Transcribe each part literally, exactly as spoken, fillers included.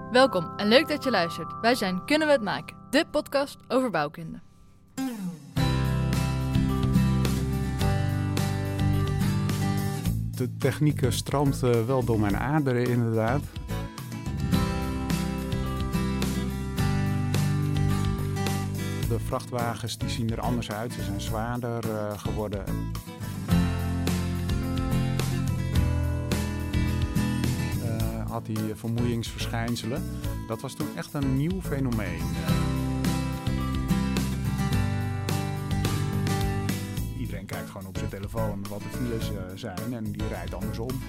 Welkom en leuk dat je luistert. Wij zijn Kunnen we het maken, de podcast over bouwkunde. De techniek stroomt uh, wel door mijn aderen inderdaad. De vrachtwagens die zien er anders uit, ze zijn zwaarder uh, geworden. Uh, had die vermoeiingsverschijnselen. Dat was toen echt een nieuw fenomeen. Iedereen kijkt gewoon op zijn telefoon wat de files uh, zijn en die rijdt andersom.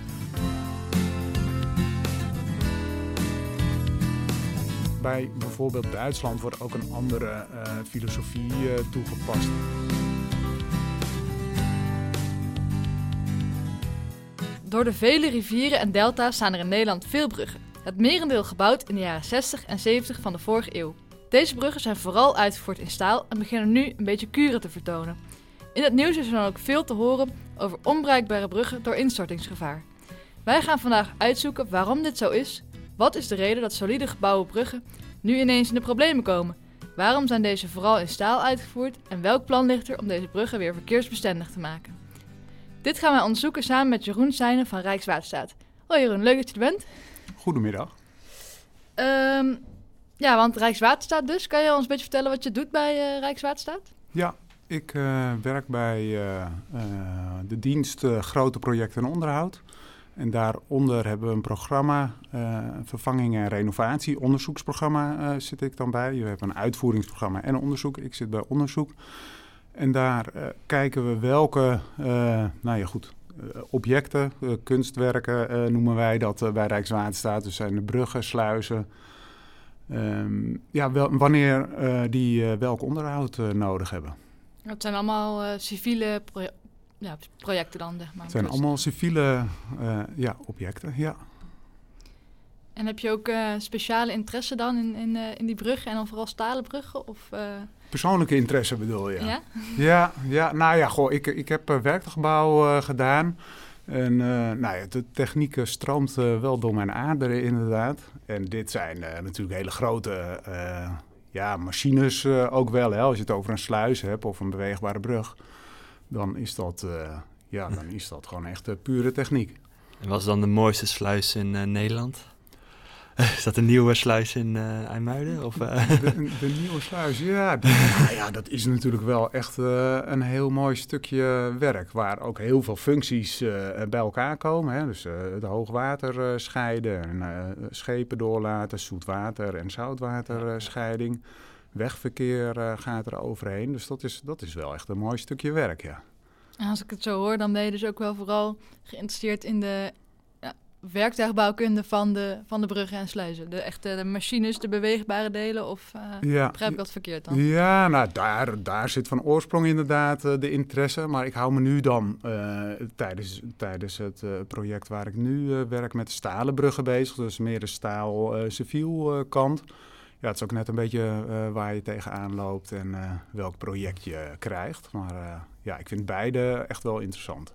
Bij bijvoorbeeld Duitsland wordt ook een andere uh, filosofie uh, toegepast. Door de vele rivieren en delta's staan er in Nederland veel bruggen. Het merendeel gebouwd in de jaren zestig en zeventig van de vorige eeuw. Deze bruggen zijn vooral uitgevoerd in staal en beginnen nu een beetje kuren te vertonen. In het nieuws is er dan ook veel te horen over onbruikbare bruggen door instortingsgevaar. Wij gaan vandaag uitzoeken waarom dit zo is. Wat is de reden dat solide gebouwde bruggen nu ineens in de problemen komen? Waarom zijn deze vooral in staal uitgevoerd en welk plan ligt er om deze bruggen weer verkeersbestendig te maken? Dit gaan wij onderzoeken samen met Jeroen Seijnen van Rijkswaterstaat. Hoi Jeroen, leuk dat je er bent. Goedemiddag. Um, ja, want Rijkswaterstaat dus. Kan je ons een beetje vertellen wat je doet bij uh, Rijkswaterstaat? Ja, ik uh, werk bij uh, uh, de dienst uh, Grote Projecten en Onderhoud. En daaronder hebben we een programma, uh, vervanging en renovatie, onderzoeksprogramma uh, zit ik dan bij. We hebben een uitvoeringsprogramma en onderzoek. Ik zit bij onderzoek. En daar uh, kijken we welke, uh, nou ja goed, uh, objecten, uh, kunstwerken uh, noemen wij dat uh, bij Rijkswaterstaat. Dus zijn de bruggen, sluizen. Um, ja, wel, wanneer uh, die uh, welk onderhoud uh, nodig hebben. Dat zijn allemaal uh, civiele proje- ja, projecten dan, zeg maar. Het zijn dus. allemaal civiele uh, ja, objecten, ja. En heb je ook uh, speciale interesse dan in, in, uh, in die bruggen en dan vooral stalen bruggen? Of, uh... Persoonlijke interesse bedoel je? Ja? Ja, ja nou ja, goh, ik, ik heb uh, werktuigbouw uh, gedaan. En uh, nou ja, de techniek stroomt uh, wel door mijn aderen inderdaad. En dit zijn uh, natuurlijk hele grote uh, ja, machines uh, ook wel. Hè. Als je het over een sluis hebt of een beweegbare brug, dan is dat, uh, ja, dan is dat gewoon echt uh, pure techniek. En wat is dan de mooiste sluis in uh, Nederland? Is dat een nieuwe sluis in uh, IJmuiden? Of, uh? de, de nieuwe sluis, ja, de, nou ja. Dat is natuurlijk wel echt uh, een heel mooi stukje werk. Waar ook heel veel functies uh, bij elkaar komen. Hè. Dus uh, het hoogwater uh, scheiden, en, uh, schepen doorlaten, zoetwater en zoutwaterscheiding. Uh, Wegverkeer uh, gaat er overheen. Dus dat is, dat is wel echt een mooi stukje werk, ja. En als ik het zo hoor, dan ben je dus ook wel vooral geïnteresseerd in de werktuigbouwkunde van de, van de bruggen en sluizen. De echte de machines, de beweegbare delen, of uh, ja, begrijp ik dat verkeerd dan? Ja, nou daar, daar zit van oorsprong inderdaad uh, de interesse. Maar ik hou me nu dan uh, tijdens, tijdens het uh, project waar ik nu uh, werk met de stalen bruggen bezig. Dus meer de staal-civiel uh, uh, kant. Ja, het is ook net een beetje uh, waar je tegenaan loopt en uh, welk project je krijgt. Maar uh, ja, ik vind beide echt wel interessant.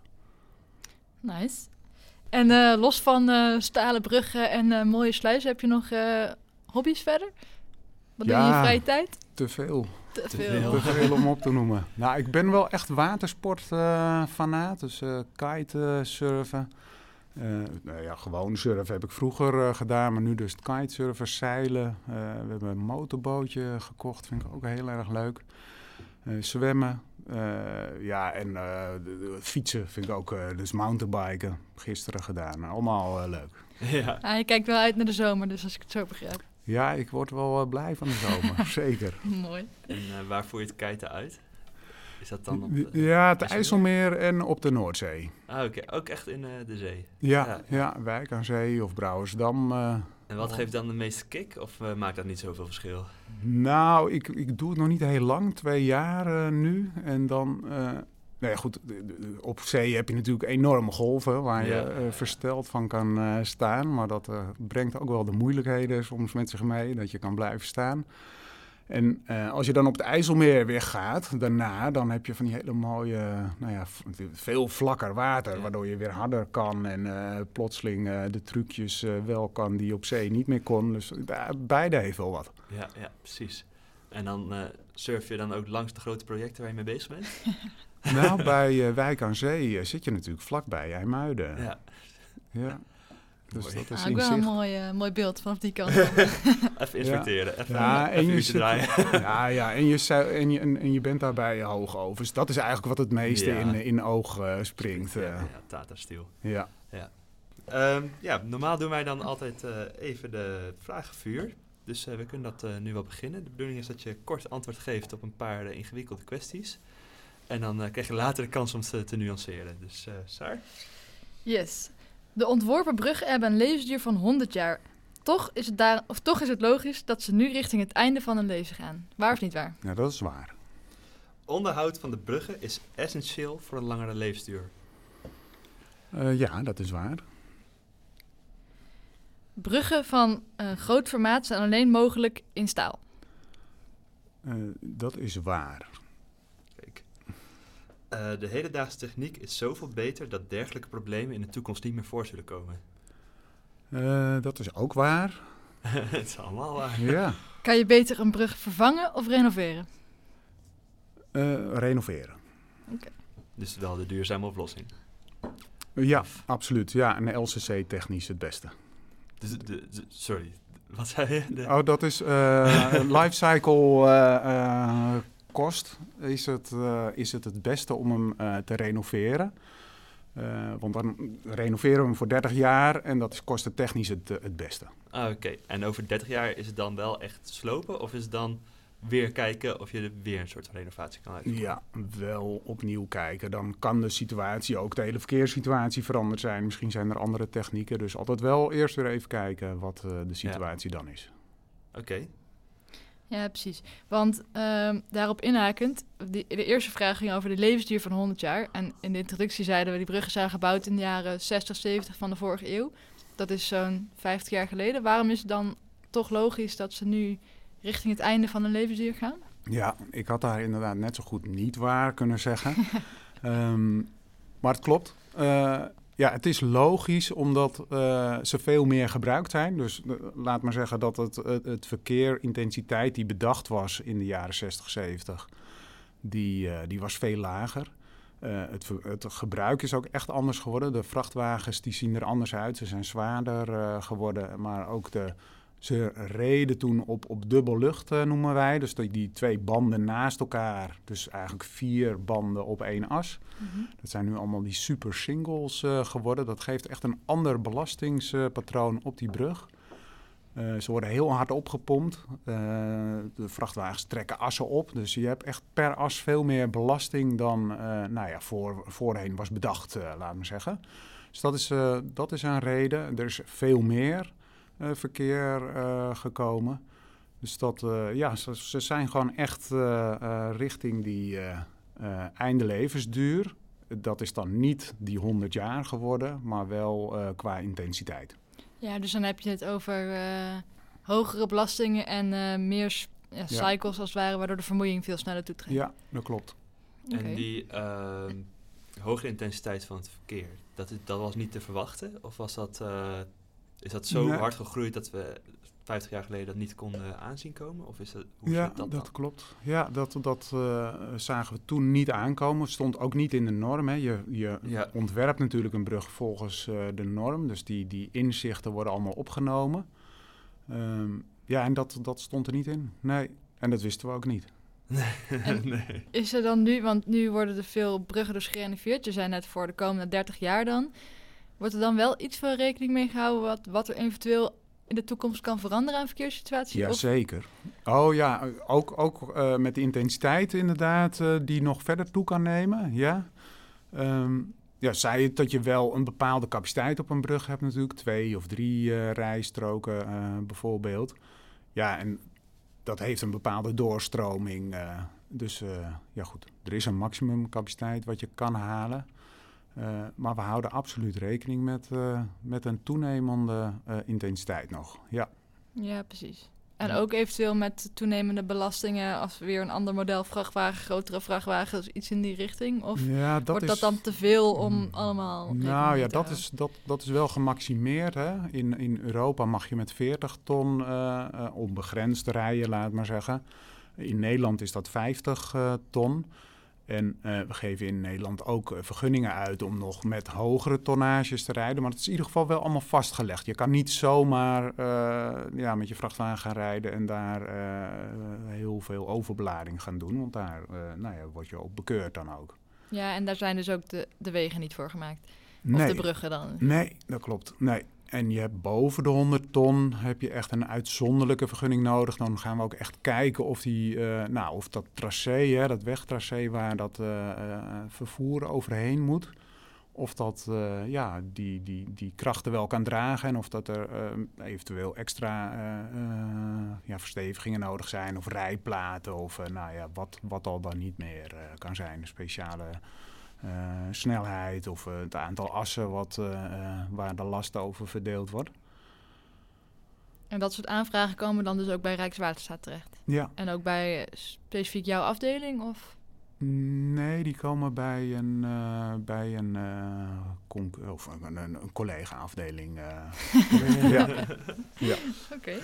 Nice. En uh, los van uh, stalen bruggen en uh, mooie sluizen, heb je nog uh, hobby's verder? Wat ja, doe je in je vrije tijd? Te veel. Te, te veel. veel. Te veel om op te noemen. Nou, ik ben wel echt watersport-fanaat. Uh, dus uh, kitesurfen. Uh, nou ja, gewoon surfen heb ik vroeger uh, gedaan, maar nu dus het kitesurfen, zeilen. Uh, we hebben een motorbootje gekocht, vind ik ook heel erg leuk. Uh, zwemmen. Uh, ja, en uh, de, de fietsen vind ik ook, uh, dus mountainbiken, gisteren gedaan. Allemaal uh, leuk. Ja. Ah, je kijkt wel uit naar de zomer, dus als ik het zo begrijp. Ja, ik word wel uh, blij van de zomer, zeker. Mooi. En uh, waar voer je het kiten uit? Is dat dan op de, ja, het IJsselmeer? IJsselmeer en op de Noordzee. Ah, oké. Okay. Ook echt in uh, de zee? Ja, ja, ja, Wijk aan Zee of Brouwersdam. Uh, en wat geeft dan de meeste kick? Of uh, maakt dat niet zoveel verschil? Nou, ik, ik doe het nog niet heel lang, twee jaar uh, nu. En dan, uh, nou ja goed, op zee heb je natuurlijk enorme golven waar ja. je uh, versteld van kan uh, staan. Maar dat uh, brengt ook wel de moeilijkheden soms met zich mee, dat je kan blijven staan. En uh, als je dan op het IJsselmeer weer gaat, daarna, dan heb je van die hele mooie, nou ja, veel vlakker water, ja. waardoor je weer harder kan en uh, plotseling uh, de trucjes uh, wel kan die op zee niet meer kon. Dus uh, beide heeft wel wat. Ja, ja, precies. En dan uh, surf je dan ook langs de grote projecten waar je mee bezig bent? Nou, bij uh, Wijk aan Zee uh, zit je natuurlijk vlakbij IJmuiden. Ja. Ja. Dus dat is ah, ik wel een mooi, uh, mooi beeld vanaf die kant. Even inspecteren, ja. even, ja, even en je zit, draaien. Ja, ja en, je, en, je, en, en je bent daarbij hoog over. Dus dat is eigenlijk wat het meeste ja. in, in oog uh, springt. Ja, uh. ja, Tata Steel. Ja. Ja. Um, ja, normaal doen wij dan altijd uh, even de vragenvuur. Dus uh, we kunnen dat uh, nu wel beginnen. De bedoeling is dat je kort antwoord geeft op een paar uh, ingewikkelde kwesties. En dan uh, krijg je later de kans om te, te nuanceren. Dus, uh, Saar? Yes. De ontworpen bruggen hebben een levensduur van honderd jaar. Toch is, het daar, of toch is het logisch dat ze nu richting het einde van hun leven gaan. Waar of niet waar? Ja, dat is waar. Onderhoud van de bruggen is essentieel voor een langere levensduur. Uh, ja, dat is waar. Bruggen van uh, groot formaat zijn alleen mogelijk in staal. Uh, dat is waar. Kijk. Uh, de hedendaagse techniek is zoveel beter dat dergelijke problemen in de toekomst niet meer voor zullen komen. Uh, dat is ook waar. Het is allemaal waar. Ja. Kan je beter een brug vervangen of renoveren? Uh, renoveren. Oké. Okay. Dus wel de duurzame oplossing. Uh, ja, absoluut. Ja, en L C C-technisch het beste. De, de, de, sorry, wat zei je? De... Oh, dat is uh, lifecycle uh, uh, kost. Is het, uh, is het het beste om hem uh, te renoveren? Uh, want dan renoveren we hem voor dertig jaar en dat is kostentechnisch het, uh, het beste. Ah, oké. Okay. En over dertig jaar is het dan wel echt slopen of is het dan weer kijken of je er weer een soort renovatie kan uitvoeren? Ja, wel opnieuw kijken. Dan kan de situatie, ook de hele verkeerssituatie veranderd zijn. Misschien zijn er andere technieken. Dus altijd wel eerst weer even kijken wat uh, de situatie ja. dan is. Oké. Okay. Ja, precies. Want uh, daarop inhakend, die, de eerste vraag ging over de levensduur van honderd jaar. En in de introductie zeiden we, die bruggen zijn gebouwd in de jaren zestig, zeventig van de vorige eeuw. Dat is zo'n vijftig jaar geleden. Waarom is het dan toch logisch dat ze nu richting het einde van hun levensduur gaan? Ja, ik had daar inderdaad net zo goed niet waar kunnen zeggen. um, maar het klopt. Uh, ja, het is logisch omdat uh, ze veel meer gebruikt zijn. Dus uh, laat maar zeggen dat het, het, het verkeerintensiteit die bedacht was in de jaren zestig, zeventig, die, uh, die was veel lager. Uh, het, het gebruik is ook echt anders geworden. De vrachtwagens die zien er anders uit. Ze zijn zwaarder uh, geworden, maar ook de... Ze reden toen op, op dubbellucht, uh, noemen wij. Dus die, die twee banden naast elkaar. Dus eigenlijk vier banden op één as. Mm-hmm. Dat zijn nu allemaal die super singles uh, geworden. Dat geeft echt een ander belastingspatroon op die brug. Uh, ze worden heel hard opgepompt. Uh, de vrachtwagens trekken assen op. Dus je hebt echt per as veel meer belasting dan uh, nou ja, voor, voorheen was bedacht, uh, laat maar zeggen. Dus dat is, uh, dat is een reden. Er is veel meer Uh, verkeer uh, gekomen. Dus dat, uh, ja, ze, ze zijn gewoon echt uh, uh, richting die uh, uh, einde levensduur. Dat is dan niet die honderd jaar geworden, maar wel uh, qua intensiteit. Ja, dus dan heb je het over uh, hogere belastingen en uh, meer ja, cycles ja. als het ware, waardoor de vermoeiing veel sneller toetreedt. Ja, dat klopt. Okay. En die uh, hogere intensiteit van het verkeer, dat, dat was niet te verwachten? Of was dat... Uh, Is dat zo nee. hard gegroeid dat we vijftig jaar geleden dat niet konden aanzien komen? Of is dat, hoe ja, dat, dat dan? klopt. Ja, dat, dat uh, zagen we toen niet aankomen. Stond ook niet in de norm. Hè. Je, je ja. ontwerpt natuurlijk een brug volgens uh, de norm. Dus die, die inzichten worden allemaal opgenomen. Um, ja, en dat, dat stond er niet in. Nee, en dat wisten we ook niet. En nee. Is er dan nu, want nu worden er veel bruggen dus gerenoveerd. Je zei net voor de komende dertig jaar dan. Wordt er dan wel iets van rekening mee gehouden wat, wat er eventueel in de toekomst kan veranderen aan verkeerssituatie? Ja, of? Zeker. Oh ja, ook, ook uh, met de intensiteit inderdaad uh, die nog verder toe kan nemen. Ja, um, ja, zei het dat je wel een bepaalde capaciteit op een brug hebt natuurlijk. Twee of drie uh, rijstroken uh, bijvoorbeeld. Ja, en dat heeft een bepaalde doorstroming. Uh, dus uh, ja goed, er is een maximumcapaciteit wat je kan halen. Uh, maar we houden absoluut rekening met, uh, met een toenemende uh, intensiteit nog. Ja. Ja, precies. En ook eventueel met toenemende belastingen, als we weer een ander model vrachtwagen, grotere vrachtwagens, iets in die richting? Of ja, dat wordt is, dat dan te veel om allemaal rekening Nou ja, te dat houden? is, dat, dat is wel gemaximeerd. Hè? In, in Europa mag je met veertig ton uh, uh, onbegrensd rijden, laat maar zeggen. In Nederland is dat vijftig uh, ton. En uh, we geven in Nederland ook uh, vergunningen uit om nog met hogere tonnages te rijden. Maar het is in ieder geval wel allemaal vastgelegd. Je kan niet zomaar uh, ja, met je vrachtwagen gaan rijden en daar uh, heel veel overbelading gaan doen. Want daar uh, nou ja, word je ook bekeurd dan ook. Ja, en daar zijn dus ook de, de wegen niet voor gemaakt. Of Nee. de bruggen dan. Nee, dat klopt. Nee. En je hebt boven de honderd ton heb je echt een uitzonderlijke vergunning nodig. Dan gaan we ook echt kijken of, die, uh, nou, of dat tracé, hè, dat wegtracé waar dat uh, uh, vervoer overheen moet, of dat uh, ja, die, die, die krachten wel kan dragen en of dat er uh, eventueel extra uh, uh, ja, verstevigingen nodig zijn of rijplaten of uh, nou ja, wat, wat al dan niet meer uh, kan zijn. Een speciale Uh, snelheid of uh, het aantal assen wat, uh, uh, waar de last over verdeeld wordt. En dat soort aanvragen komen dan dus ook bij Rijkswaterstaat terecht? Ja. En ook bij uh, specifiek jouw afdeling? Of? Nee, die komen bij een, uh, bij een, uh, conc- of een, een, een collega-afdeling. Uh. ja. ja. Oké. Okay.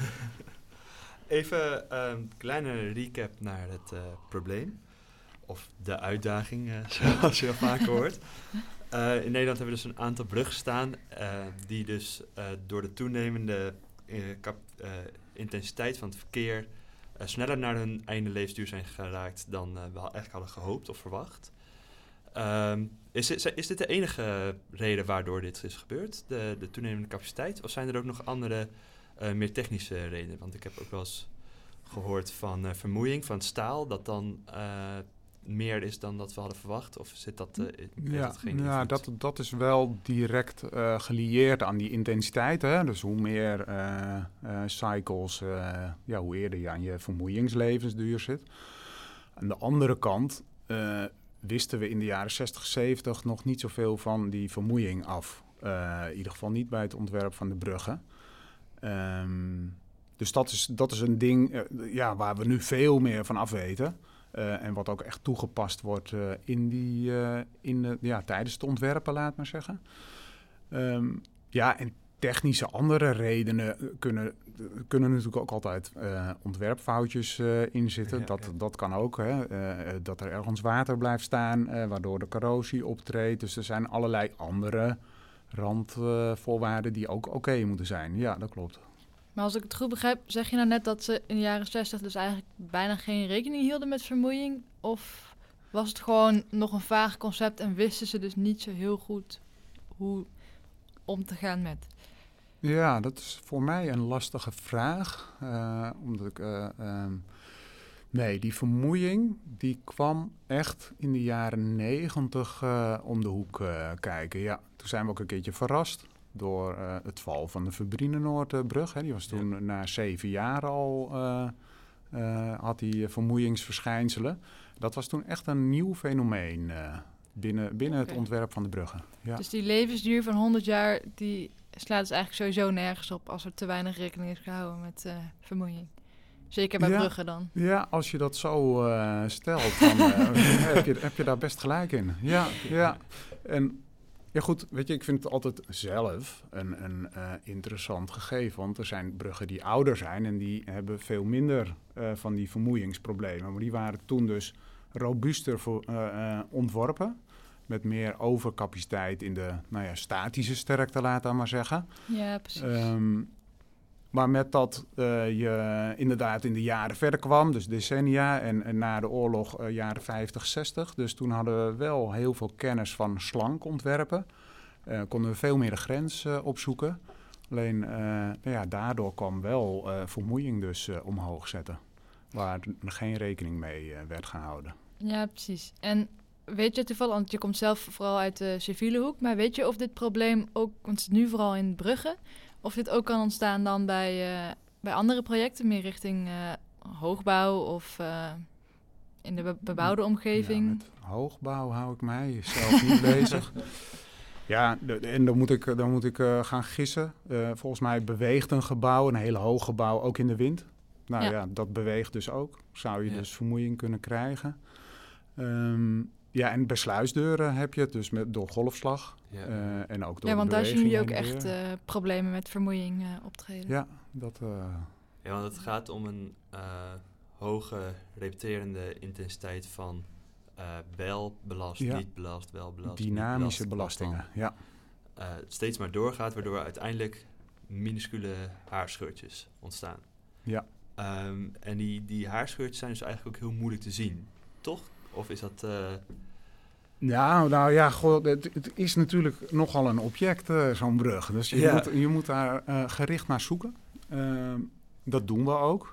Even een um, kleine recap naar het uh, probleem. Of de uitdaging, uh, zoals je al vaker hoort. Uh, in Nederland hebben we dus een aantal bruggen staan, uh, die dus uh, door de toenemende uh, kap- uh, intensiteit van het verkeer uh, sneller naar hun einde levensduur zijn geraakt dan uh, we eigenlijk hadden gehoopt of verwacht. Um, is, dit, is dit de enige reden waardoor dit is gebeurd, de, de toenemende capaciteit? Of zijn er ook nog andere, uh, meer technische redenen? Want ik heb ook wel eens gehoord van uh, vermoeiing van het staal, dat dan Uh, meer is dan dat we hadden verwacht? Of zit dat, uh, ja, dat geen ja dat, dat is wel direct uh, gelieerd aan die intensiteit. Hè? Dus hoe meer uh, uh, cycles, uh, ja, hoe eerder je aan je vermoeiingslevensduur zit. Aan de andere kant uh, wisten we in de jaren zestig, zeventig nog niet zoveel van die vermoeiing af. Uh, in ieder geval niet bij het ontwerp van de bruggen. Um, dus dat is, dat is een ding uh, ja, waar we nu veel meer van af weten. Uh, en wat ook echt toegepast wordt uh, in die, uh, in de, ja, tijdens het ontwerpen, laat maar zeggen. Um, ja, en technische andere redenen kunnen, kunnen natuurlijk ook altijd uh, ontwerpfoutjes uh, in zitten. Ja, dat, ja. dat kan ook, hè. Uh, dat er ergens water blijft staan, uh, waardoor de corrosie optreedt. Dus er zijn allerlei andere randvoorwaarden uh, die ook oké okay moeten zijn. Ja, dat klopt. Maar als ik het goed begrijp, zeg je nou net dat ze in de jaren zestig dus eigenlijk bijna geen rekening hielden met vermoeiing? Of was het gewoon nog een vaag concept en wisten ze dus niet zo heel goed hoe om te gaan met? Ja, dat is voor mij een lastige vraag. Uh, omdat ik, uh, um, nee, die vermoeiing die kwam echt in de jaren negentig uh, om de hoek uh, kijken. Ja, toen zijn we ook een keertje verrast door uh, het val van de Verbruine-Noordbrug. Hè. Die was toen ja. na zeven jaar al, uh, uh, had die vermoeiingsverschijnselen. Dat was toen echt een nieuw fenomeen uh, binnen, binnen okay. het ontwerp van de bruggen. Ja. Dus die levensduur van honderd jaar, die slaat dus eigenlijk sowieso nergens op als er te weinig rekening is gehouden met uh, vermoeiing. Zeker bij ja, bruggen dan. Ja, als je dat zo uh, stelt, dan uh, heb, je, heb je daar best gelijk in. Ja, ja. En ja goed, weet je, ik vind het altijd zelf een, een uh, interessant gegeven. Want er zijn bruggen die ouder zijn en die hebben veel minder uh, van die vermoeiingsproblemen. Maar die waren toen dus robuuster voor, uh, uh, ontworpen. Met meer overcapaciteit in de nou ja, statische sterkte, laat dat maar zeggen. Ja, precies. Um, maar met dat uh, je inderdaad in de jaren verder kwam, dus decennia en, en na de oorlog uh, jaren vijftig, zestig. Dus toen hadden we wel heel veel kennis van slank ontwerpen. Uh, konden we veel meer de grens uh, opzoeken. Alleen uh, nou ja, daardoor kwam wel uh, vermoeiing dus uh, omhoog zetten. Waar geen rekening mee uh, werd gehouden. Ja, precies. En weet je toevallig, want je komt zelf vooral uit de civiele hoek, maar weet je of dit probleem ook, want het is nu vooral in Brugge, of dit ook kan ontstaan dan bij, uh, bij andere projecten, meer richting uh, hoogbouw of uh, in de be- bebouwde omgeving? Ja, met hoogbouw hou ik mij zelf niet bezig. Ja, de, en dan moet ik, dan moet ik uh, gaan gissen. Uh, volgens mij beweegt een gebouw, een hele hoog gebouw, ook in de wind. Nou Ja. ja, dat beweegt dus ook. Zou je Ja. dus vermoeiing kunnen krijgen. Um, ja, en bij sluisdeuren heb je het dus met, door golfslag. Ja. Uh, en ook door Ja, want de daar zie je ook beweging heen en echt weer. uh, problemen met vermoeiing uh, optreden. Ja, dat... Uh, ja, want het gaat om een uh, hoge repeterende intensiteit van uh, wel belast, ja. niet belast, wel belast. Dynamische niet belast, belastingen, ja. Uh, steeds maar doorgaat, waardoor uiteindelijk minuscule haarscheurtjes ontstaan. Ja. Um, en die, die haarscheurtjes zijn dus eigenlijk ook heel moeilijk te zien, toch? Of is dat... Uh... Nou, nou ja, goh, het, het is natuurlijk nogal een object, uh, zo'n brug. Dus je, ja. moet, je moet daar uh, gericht naar zoeken. Uh, dat doen we ook.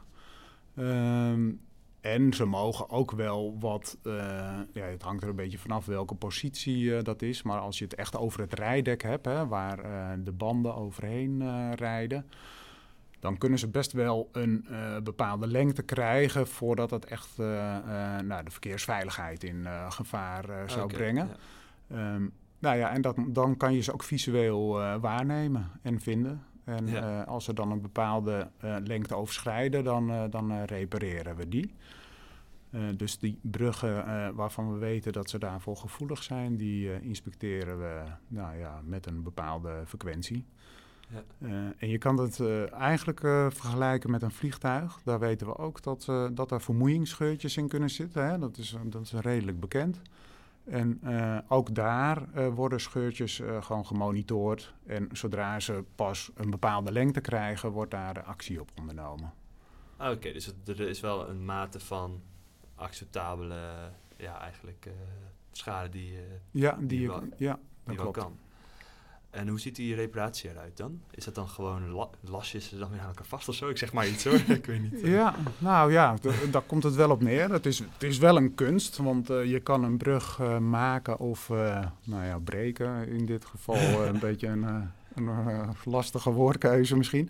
Um, en ze mogen ook wel wat... Uh, ja, het hangt er een beetje vanaf welke positie uh, dat is. Maar als je het echt over het rijdek hebt, hè, waar uh, de banden overheen uh, rijden... dan kunnen ze best wel een uh, bepaalde lengte krijgen voordat het echt uh, uh, nou, de verkeersveiligheid in uh, gevaar uh, zou okay, brengen. Ja. Um, nou ja, en dat, dan kan je ze ook visueel uh, waarnemen en vinden. En ja. uh, als ze dan een bepaalde uh, lengte overschrijden, dan, uh, dan uh, repareren we die. Uh, dus die bruggen uh, waarvan we weten dat ze daarvoor gevoelig zijn, die uh, inspecteren we nou ja, met een bepaalde frequentie. Ja. Uh, en je kan het uh, eigenlijk uh, vergelijken met een vliegtuig. Daar weten we ook dat, uh, dat er vermoeiingsscheurtjes in kunnen zitten. Hè? Dat is, dat is redelijk bekend. En uh, ook daar uh, worden scheurtjes uh, gewoon gemonitord. En zodra ze pas een bepaalde lengte krijgen, wordt daar actie op ondernomen. Ah, Oké, okay, dus het, er is wel een mate van acceptabele ja, eigenlijk, uh, schade die, uh, ja, die, die, je, wel, ja, dat die klopt. wel kan. En hoe ziet die reparatie eruit dan? Is dat dan gewoon la- lasjes dan weer aan elkaar vast of zo? Ik zeg maar iets hoor, ik weet niet. Uh. Ja, nou ja, d- daar komt het wel op neer. Het is, het is wel een kunst, want uh, je kan een brug uh, maken of uh, nou ja, breken. In dit geval uh, een beetje een, uh, een uh, lastige woordkeuze misschien.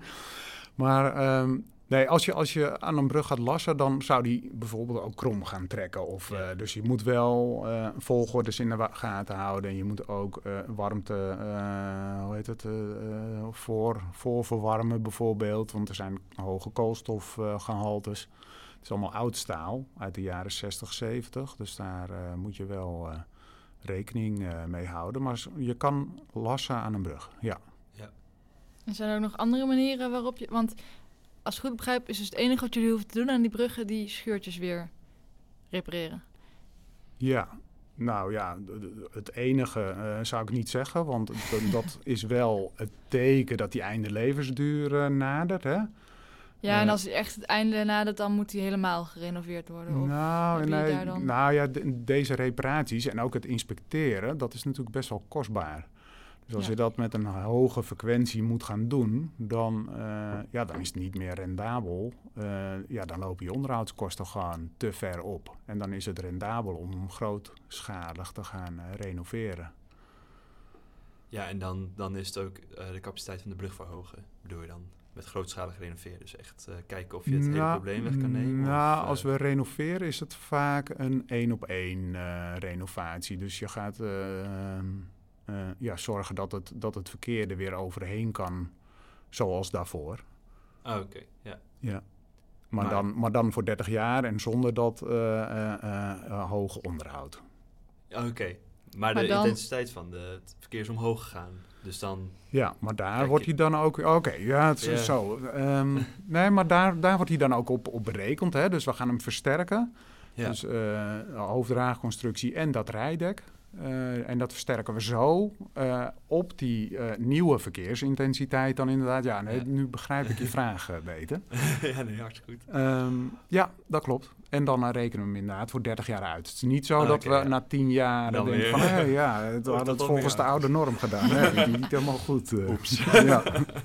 Maar um, nee, als je, als je aan een brug gaat lassen, dan zou die bijvoorbeeld ook krom gaan trekken. Of, uh, dus je moet wel uh, volgordes in de wa- gaten houden. En je moet ook uh, warmte, uh, hoe heet het, uh, uh, voor, voor verwarmen bijvoorbeeld. Want er zijn hoge koolstofgehaltes. Uh, het is allemaal oud staal uit de jaren zestig, zeventig. Dus daar uh, moet je wel uh, rekening uh, mee houden. Maar je kan lassen aan een brug, ja. ja. En zijn er ook nog andere manieren waarop je... Want als ik goed begrijp, is dus het enige wat jullie hoeven te doen aan die bruggen die scheurtjes weer repareren. Ja, nou ja, het enige uh, zou ik niet zeggen, want d- dat is wel het teken dat die einde levensduur uh, nadert, hè? Ja, uh, en als echt het einde nadert, dan moet die helemaal gerenoveerd worden? Of nou, nee, daar dan... nou ja, de, deze reparaties en ook het inspecteren, dat is natuurlijk best wel kostbaar. Dus als ja. je dat met een hoge frequentie moet gaan doen, dan, uh, ja, dan is het niet meer rendabel. Uh, ja, dan lopen je onderhoudskosten gewoon te ver op. En dan is het rendabel om grootschalig te gaan uh, renoveren. Ja, en dan, dan is het ook uh, de capaciteit van de brug verhogen, bedoel je dan? Met grootschalig renoveren, dus echt uh, kijken of je het nou, hele probleem weg kan nemen? Nou, of, uh, als we renoveren is het vaak een één-op-één uh, renovatie. Dus je gaat... Uh, Uh, ja, zorgen dat het, dat het verkeer er weer overheen kan, zoals daarvoor. Ah, oké, okay. ja. ja. Maar, maar, dan, maar dan voor dertig jaar en zonder dat uh, uh, uh, hoge onderhoud. Oké, okay. maar, maar de dan... intensiteit van de, het verkeer is omhoog gegaan. Dus dan... Ja, maar daar wordt hij dan ook... Oké, okay, ja, het is yeah. zo. Um, nee, maar daar, daar wordt hij dan ook op, op berekend. Hè? Dus we gaan hem versterken. Ja. Dus uh, hoofddraagconstructie en dat rijdek. Uh, en dat versterken we zo uh, op die uh, nieuwe verkeersintensiteit dan inderdaad. Ja, nee, ja. Nu begrijp ik je vraag uh, beter. Ja, nee, hartstikke goed. Um, ja, dat klopt. En dan uh, rekenen we hem inderdaad voor dertig jaar uit. Het is niet zo oh, dat okay, we ja. na tien jaar dan denken van... Hey, ja, het we hadden het volgens de oude norm gedaan. Nee, dat is niet helemaal goed. Uh. Oeps. Ja.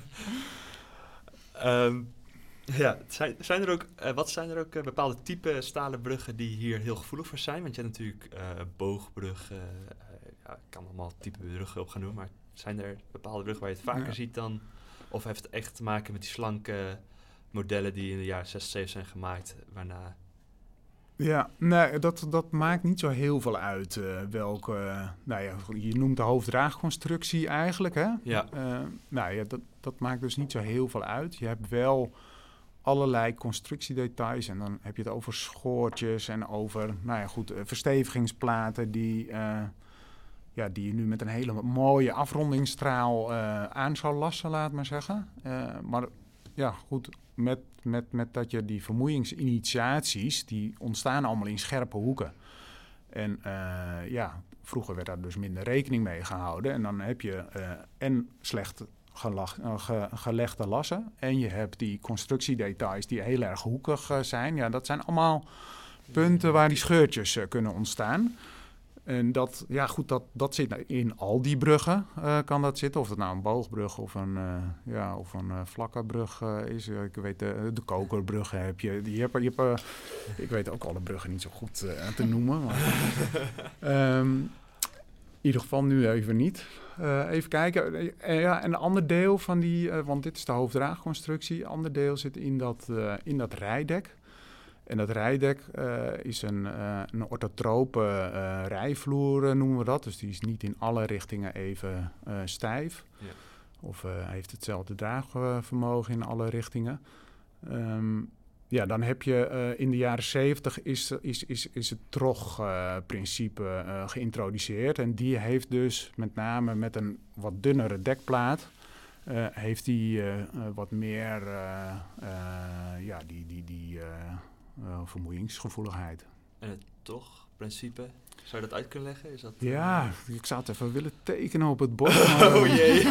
um, Ja, zijn, zijn er ook, uh, wat zijn er ook uh, bepaalde type stalen bruggen die hier heel gevoelig voor zijn? Want je hebt natuurlijk uh, boogbruggen, uh, ja, ik kan allemaal type bruggen op gaan doen, maar zijn er bepaalde bruggen waar je het vaker ja. ziet dan? Of heeft het echt te maken met die slanke modellen die in de jaren zestig, zeventig zijn gemaakt, waarna... Ja, nee, dat, dat maakt niet zo heel veel uit uh, welke... Uh, nou ja, je noemt de hoofddraagconstructie eigenlijk, hè? Ja. Uh, nou ja, dat, dat maakt dus niet zo heel veel uit. Je hebt wel allerlei constructiedetails. En dan heb je het over schoortjes en over, nou ja, goed, uh, verstevigingsplaten die, uh, ja, die je nu met een hele mooie afrondingsstraal uh, aan zou lassen, laat maar zeggen. Uh, maar ja, goed, met, met, met dat je die vermoeiingsinitiaties, die ontstaan allemaal in scherpe hoeken. En uh, ja, vroeger werd daar dus minder rekening mee gehouden. En dan heb je uh, en slecht gelag, uh, ge, gelegde lassen. En je hebt die constructiedetails die heel erg hoekig uh, zijn. Ja, dat zijn allemaal punten waar die scheurtjes uh, kunnen ontstaan. En dat, ja goed, dat, dat zit in al die bruggen, uh, kan dat zitten. Of het nou een boogbrug of een, uh, ja, of een uh, vlakke brug uh, is. Uh, ik weet, uh, de kokerbruggen heb je. Die heb, je hebt, uh, ik weet ook alle bruggen niet zo goed uh, te noemen. Maar, um, in ieder geval nu even niet. Uh, even kijken. Uh, ja, een ander deel van die, uh, want dit is de hoofddraagconstructie. Een ander deel zit in dat, uh, in dat rijdek. En dat rijdek uh, is een, uh, een orthotrope uh, rijvloer, uh, noemen we dat. Dus die is niet in alle richtingen even uh, stijf. Ja. Of uh, heeft hetzelfde draagvermogen in alle richtingen. Um, ja, dan heb je uh, in de jaren zeventig is, is, is, is het trog-principe uh, uh, geïntroduceerd. En die heeft dus met name met een wat dunnere dekplaat... Uh, heeft die uh, uh, wat meer uh, uh, ja, die, die, die uh, uh, vermoeiingsgevoeligheid. En het toch-principe, zou je dat uit kunnen leggen? Is dat, ja, uh... ik zou het even willen tekenen op het bord. Maar, oh jee.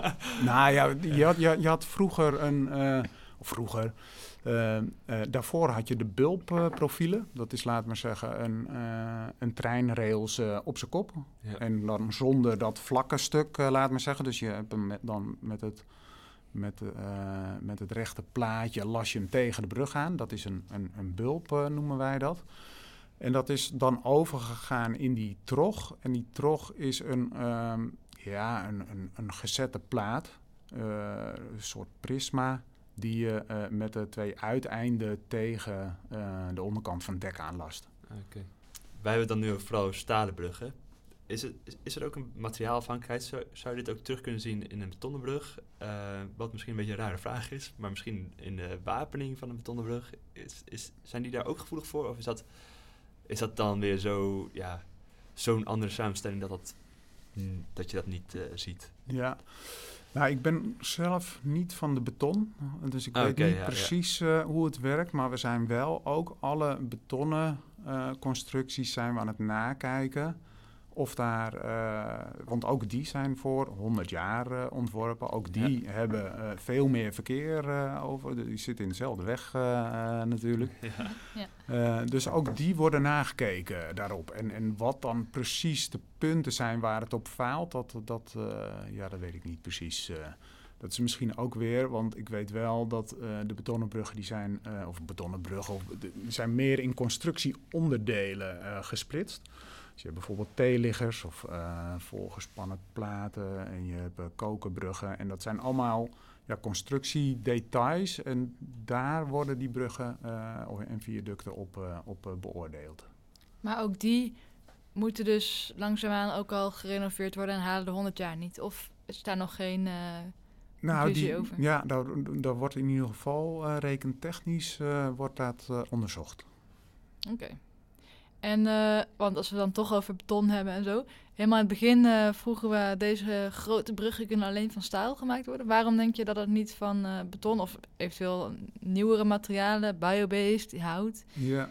nou ja, je had, je, je had vroeger een... Uh, of vroeger... Uh, uh, daarvoor had je de bulpprofielen. Uh, dat is, laat maar zeggen, een, uh, een treinrails uh, op zijn kop. Ja. En dan zonder dat vlakke stuk, uh, laat maar zeggen. Dus je hebt hem met, dan met het, met, uh, met het rechte plaatje las je hem tegen de brug aan. Dat is een, een, een bulp, uh, noemen wij dat. En dat is dan overgegaan in die trog. En die trog is een, um, ja, een, een, een gezette plaat. Uh, een soort prisma. Die je uh, met de twee uiteinden tegen uh, de onderkant van het dek aanlast. Okay. Wij hebben het dan nu vooral stalen bruggen. Is, het, is, is er ook een materiaalafhankelijkheid? Zou, zou je dit ook terug kunnen zien in een betonnen brug? Uh, wat misschien een beetje een rare vraag is, maar misschien in de wapening van een betonnen brug. Is, is, zijn die daar ook gevoelig voor? Of is dat, is dat dan weer zo, ja, zo'n andere samenstelling dat, dat, mm, dat je dat niet uh, ziet? Ja. Nou, ik ben zelf niet van de beton, dus ik ah, weet okay, niet ja, precies ja. Uh, hoe het werkt. Maar we zijn wel ook alle betonnen uh, constructies zijn we aan het nakijken. Of daar, uh, want ook die zijn voor honderd jaar uh, ontworpen. Ook die ja. hebben uh, veel meer verkeer uh, over. Die zitten in dezelfde weg uh, uh, natuurlijk. Ja. Ja. Uh, dus ook die worden nagekeken daarop. En, en wat dan precies de punten zijn waar het op faalt, dat, dat, uh, ja, dat weet ik niet precies. Uh, dat is misschien ook weer, want ik weet wel dat uh, de betonnen bruggen die zijn, uh, of betonnen bruggen, of, die zijn meer in constructieonderdelen uh, gesplitst. Dus je hebt bijvoorbeeld theeliggers of uh, volgespannen platen en je hebt uh, kokerbruggen. En dat zijn allemaal ja, constructiedetails en daar worden die bruggen uh, en viaducten op, uh, op uh, beoordeeld. Maar ook die moeten dus langzaamaan ook al gerenoveerd worden en halen de honderd jaar niet? Of is daar nog geen uh, nou, conclusie die, over? Ja, daar, daar wordt in ieder geval uh, rekentechnisch uh, wordt dat uh, onderzocht. Oké. Okay. En, uh, want als we dan toch over beton hebben en zo. Helemaal in het begin uh, vroegen we, deze grote bruggen kunnen alleen van staal gemaakt worden. Waarom denk je dat het niet van uh, beton of eventueel nieuwere materialen, biobased, hout? Ja,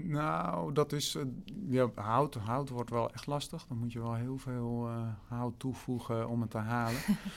nou, dat is, uh, ja, hout, hout wordt wel echt lastig. Dan moet je wel heel veel uh, hout toevoegen om het te halen.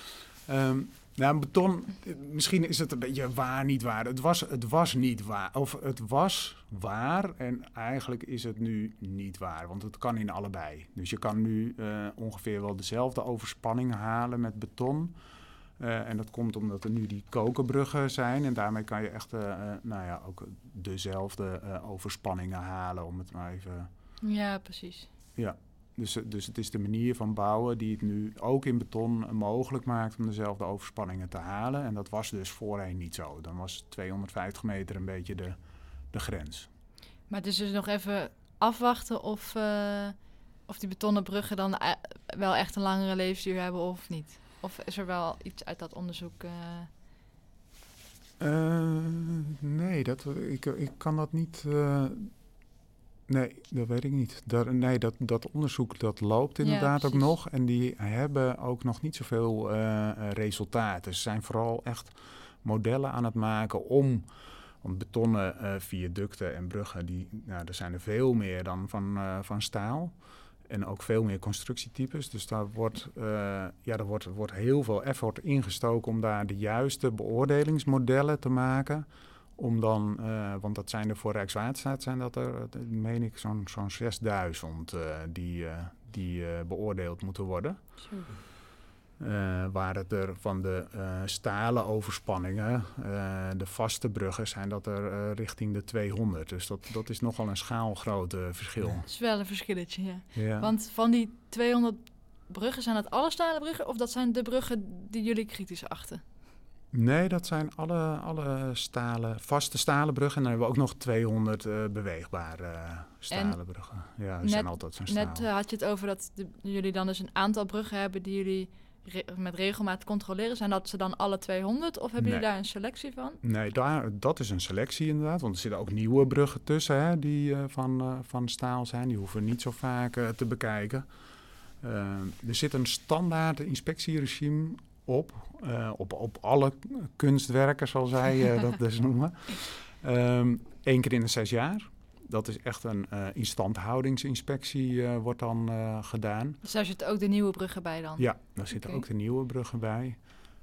um, Nou, beton, misschien is het een beetje waar, niet waar. Het was, het was niet waar. Of het was waar en eigenlijk is het nu niet waar. Want het kan in allebei. Dus je kan nu uh, ongeveer wel dezelfde overspanning halen met beton. Uh, en dat komt omdat er nu die kokerbruggen zijn. En daarmee kan je echt uh, uh, nou ja, ook dezelfde uh, overspanningen halen. Om het maar even... Ja, precies. Ja. Dus, dus het is de manier van bouwen die het nu ook in beton mogelijk maakt om dezelfde overspanningen te halen. En dat was dus voorheen niet zo. Dan was tweehonderdvijftig meter een beetje de, de grens. Maar het is dus nog even afwachten of, uh, of die betonnen bruggen dan uh, wel echt een langere levensduur hebben of niet. Of is er wel iets uit dat onderzoek? Uh... Uh, nee, dat, ik, ik kan dat niet... Uh, nee, dat weet ik niet. Dat, nee, dat, dat onderzoek dat loopt inderdaad ja, ook nog. En die hebben ook nog niet zoveel uh, resultaten. Ze zijn vooral echt modellen aan het maken om... Want betonnen uh, viaducten en bruggen, die, nou, er zijn er veel meer dan van, uh, van staal. En ook veel meer constructietypes. Dus daar wordt, uh, ja, er wordt, wordt heel veel effort ingestoken om daar de juiste beoordelingsmodellen te maken. Om dan, uh, want dat zijn er voor Rijkswaterstaat, zijn dat er, dat meen ik, zo'n, zo'n zesduizend uh, die, uh, die uh, beoordeeld moeten worden. Zo. Uh, waar het er van de uh, stalen overspanningen, uh, de vaste bruggen, zijn dat er uh, richting de tweehonderd. Dus dat, dat is nogal een schaalgroot uh, verschil. Dat is wel een verschilletje, ja. ja. Want van die tweehonderd bruggen, zijn dat alle stalen bruggen of dat zijn de bruggen die jullie kritisch achten? Nee, dat zijn alle, alle stalen, vaste stalen bruggen. En dan hebben we ook nog tweehonderd uh, beweegbare uh, stalen en bruggen. Ja, die net, zijn altijd zo'n staal. Net uh, had je het over dat de, jullie dan dus een aantal bruggen hebben die jullie re- met regelmaat controleren. Zijn dat ze dan alle tweehonderd of hebben nee. jullie daar een selectie van? Nee, daar, dat is een selectie inderdaad. Want er zitten ook nieuwe bruggen tussen hè, die uh, van, uh, van staal zijn. Die hoeven we niet zo vaak uh, te bekijken. Uh, er zit een standaard inspectieregime op, uh, op, op alle kunstwerken, zoals zij uh, dat dus noemen. Um, Eén keer in de zes jaar. Dat is echt een uh, instandhoudingsinspectie uh, wordt dan uh, gedaan. Dus daar zitten ook de nieuwe bruggen bij dan? Ja, daar zitten okay. ook de nieuwe bruggen bij.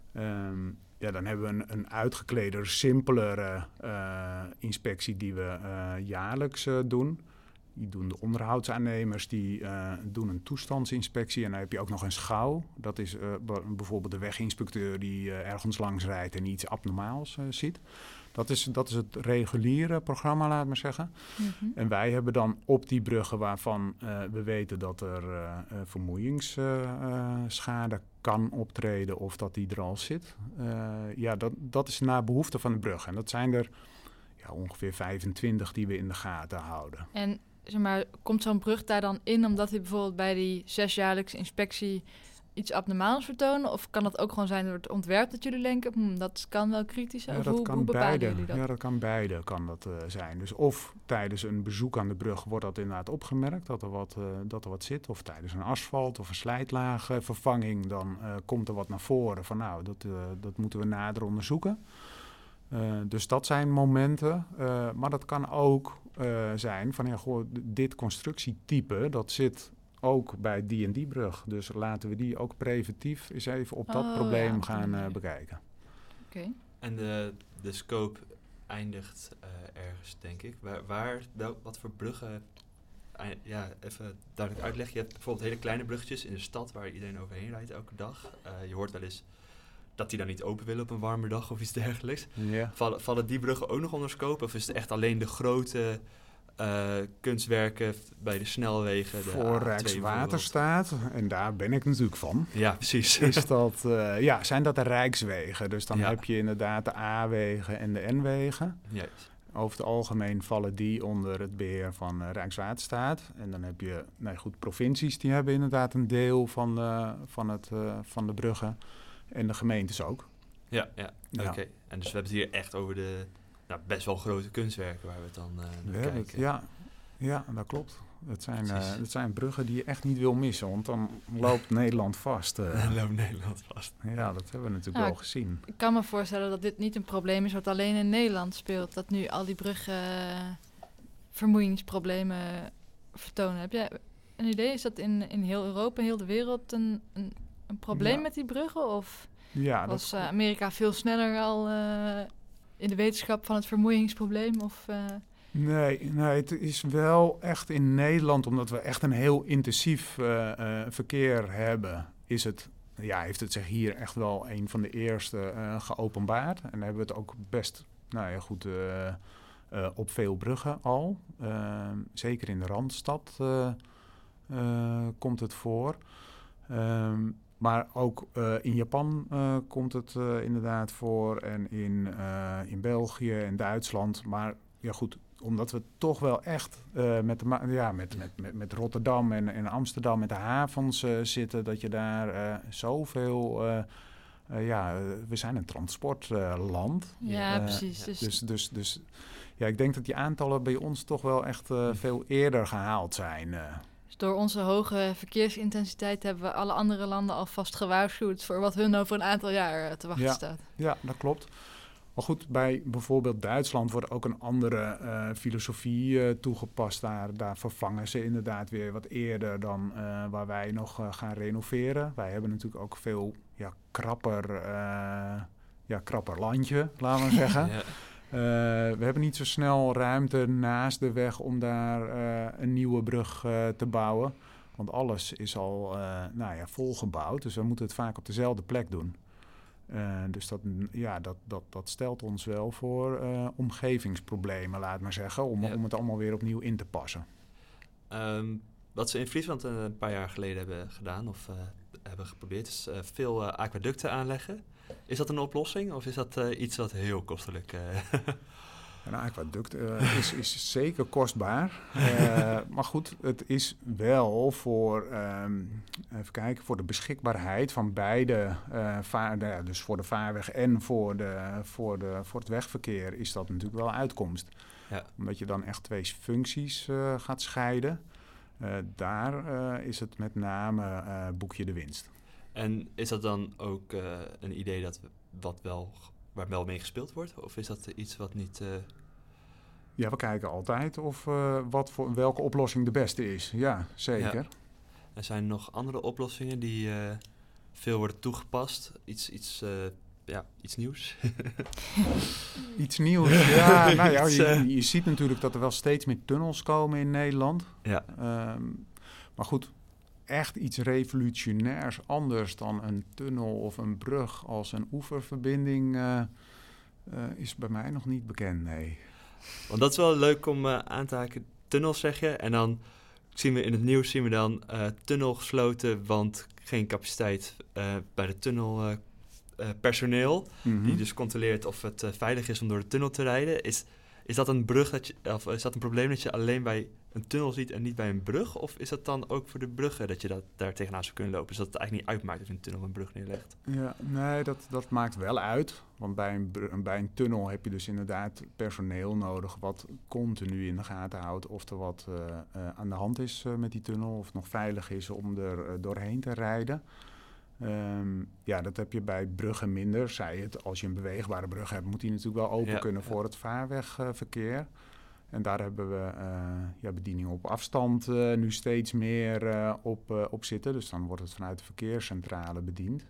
Um, ja, dan hebben we een, een uitgekleder, simpelere uh, inspectie die we uh, jaarlijks uh, doen. Die doen de onderhoudsaannemers, die uh, doen een toestandsinspectie. En dan heb je ook nog een schouw. Dat is uh, bijvoorbeeld de weginspecteur die uh, ergens langs rijdt en iets abnormaals uh, ziet. Dat is, dat is het reguliere programma, laat maar zeggen. Mm-hmm. En wij hebben dan op die bruggen waarvan uh, we weten dat er uh, uh, vermoeiingsschade uh, uh, kan optreden of dat die er al zit. Uh, ja, dat, dat is naar behoefte van de brug. En dat zijn er ja, ongeveer vijfentwintig die we in de gaten houden. En zeg maar, komt zo'n brug daar dan in omdat hij bijvoorbeeld bij die zesjaarlijkse inspectie iets abnormaals vertonen? Of kan dat ook gewoon zijn door het ontwerp dat jullie denken, hm, dat kan wel kritisch zijn? Ja, of dat hoe, kan hoe bepalen beide. jullie dat? Ja, dat kan beide kan dat, uh, zijn. Dus of tijdens een bezoek aan de brug wordt dat inderdaad opgemerkt, dat er wat, uh, dat er wat zit. Of tijdens een asfalt of een slijtlaagvervanging, dan uh, komt er wat naar voren van nou, dat, uh, dat moeten we nader onderzoeken. Uh, dus dat zijn momenten. Uh, maar dat kan ook uh, zijn van ja, goh, dit constructietype, dat zit ook bij die en die brug. Dus laten we die ook preventief eens even op dat oh, probleem ja, gaan uh, bekijken. Oké. Okay. En de, de scope eindigt uh, ergens, denk ik. Waar, waar wel, wat voor bruggen... Ja, even duidelijk uitleggen. Je hebt bijvoorbeeld hele kleine bruggetjes in de stad waar iedereen overheen rijdt elke dag. Uh, je hoort wel eens dat die dan niet open willen op een warme dag of iets dergelijks. Yeah. Vallen, vallen die bruggen ook nog onder scope? Of is het echt alleen de grote uh, kunstwerken bij de snelwegen? De Voor Rijkswaterstaat, en daar ben ik natuurlijk van. Ja, precies. Is dat, uh, ja, zijn dat de Rijkswegen. Dus dan ja. heb je inderdaad de A-wegen en de N-wegen. Yes. Over het algemeen vallen die onder het beheer van uh, Rijkswaterstaat. En dan heb je, nou goed, provincies die hebben inderdaad een deel van de, van het, uh, van de bruggen. En de gemeentes ook. Ja, ja. oké. Okay. En dus we hebben het hier echt over de nou, best wel grote kunstwerken waar we het dan uh, naar kijken. Het, ja. ja, dat klopt. Het zijn, uh, het zijn bruggen die je echt niet wil missen, want dan loopt Nederland vast. Uh. Dan loopt Nederland vast. Ja, dat hebben we natuurlijk nou, wel gezien. Ik kan me voorstellen dat dit niet een probleem is wat alleen in Nederland speelt. Dat nu al die bruggen uh, vermoeiingsproblemen vertonen. Heb jij een idee? Is dat in, in heel Europa, heel de wereld een, een, een probleem ja. met die bruggen? Of ja, was dat... uh, Amerika veel sneller al uh, in de wetenschap van het vermoeiingsprobleem? Of... Uh, Nee, nee, het is wel echt in Nederland, omdat we echt een heel intensief uh, uh, verkeer hebben, is het, ja, heeft het zich hier echt wel een van de eerste uh, geopenbaard. En dan hebben we het ook best, nou ja, goed, uh, uh, op veel bruggen al. Uh, zeker in de Randstad uh, uh, komt het voor. Um, Maar ook uh, in Japan uh, komt het uh, inderdaad voor en in, uh, in België en Duitsland. Maar ja goed, omdat we toch wel echt uh, met, de ma- ja, met, met, met, met Rotterdam en, en Amsterdam met de havens uh, zitten, dat je daar uh, zoveel uh, Uh, ja, uh, we zijn een transportland. Uh, ja, uh, precies. Dus, dus, dus, dus ja, ik denk dat die aantallen bij ons toch wel echt uh, veel eerder gehaald zijn. Uh. Dus door onze hoge verkeersintensiteit hebben we alle andere landen alvast gewaarschuwd voor wat hun over een aantal jaar uh, te wachten ja, staat. Ja, dat klopt. Maar goed, bij bijvoorbeeld Duitsland wordt ook een andere uh, filosofie uh, toegepast. Daar, daar vervangen ze inderdaad weer wat eerder dan uh, waar wij nog uh, gaan renoveren. Wij hebben natuurlijk ook veel ja, krapper, uh, ja, krapper landje, laten we zeggen. ja. uh, we hebben niet zo snel ruimte naast de weg om daar uh, een nieuwe brug uh, te bouwen. Want alles is al uh, nou ja, volgebouwd, dus we moeten het vaak op dezelfde plek doen. Uh, dus dat, ja, dat, dat, dat stelt ons wel voor uh, omgevingsproblemen, laat maar zeggen, om, ja. om het allemaal weer opnieuw in te passen. Um, wat ze in Friesland een paar jaar geleden hebben gedaan, of uh, hebben geprobeerd, is uh, veel uh, aquaducten aanleggen. Is dat een oplossing of is dat uh, iets wat heel kostelijk... Uh, Een aquaduct uh, is, is zeker kostbaar. Uh, maar goed, het is wel voor, um, even kijken, voor de beschikbaarheid van beide, uh, vaar, de, dus voor de vaarweg en voor, de, voor, de, voor het wegverkeer is dat natuurlijk wel uitkomst. Ja. Omdat je dan echt twee functies uh, gaat scheiden. Uh, daar uh, is het met name uh, boek je de winst. En is dat dan ook uh, een idee dat wat wel... waar wel mee gespeeld wordt? Of is dat iets wat niet... Uh... Ja, we kijken altijd of uh, wat voor, welke oplossing de beste is. Ja, zeker. Ja. Er zijn nog andere oplossingen die uh, veel worden toegepast. Iets, iets, uh, ja, iets nieuws. Iets nieuws, ja. Nou ja, je, je ziet natuurlijk dat er wel steeds meer tunnels komen in Nederland. Ja. Um, maar goed... Echt iets revolutionairs anders dan een tunnel of een brug als een oeververbinding uh, uh, is bij mij nog niet bekend, nee. Want dat is wel leuk om uh, aan te haken. Tunnels zeg je en dan zien we in het nieuws zien we dan uh, tunnel gesloten, want geen capaciteit uh, bij de tunnel uh, uh, personeel, mm-hmm. die dus controleert of het uh, veilig is om door de tunnel te rijden. Is, is dat een brug dat je, of is dat een probleem dat je alleen bij een tunnel ziet en niet bij een brug? Of is dat dan ook voor de bruggen dat je dat daar tegenaan zou kunnen lopen? Dus dat het eigenlijk niet uitmaakt of je een tunnel of een brug neerlegt? Ja, nee, dat, dat maakt wel uit. Want bij een, bij een tunnel heb je dus inderdaad personeel nodig wat continu in de gaten houdt of er wat uh, uh, aan de hand is uh, met die tunnel. Of het nog veilig is om er uh, doorheen te rijden. Um, ja, dat heb je bij bruggen minder. Zij het, als je een beweegbare brug hebt, moet die natuurlijk wel open ja, kunnen ja. voor het vaarwegverkeer. Uh, En daar hebben we uh, ja, bediening op afstand uh, nu steeds meer uh, op, uh, op zitten. Dus dan wordt het vanuit de verkeerscentrale bediend.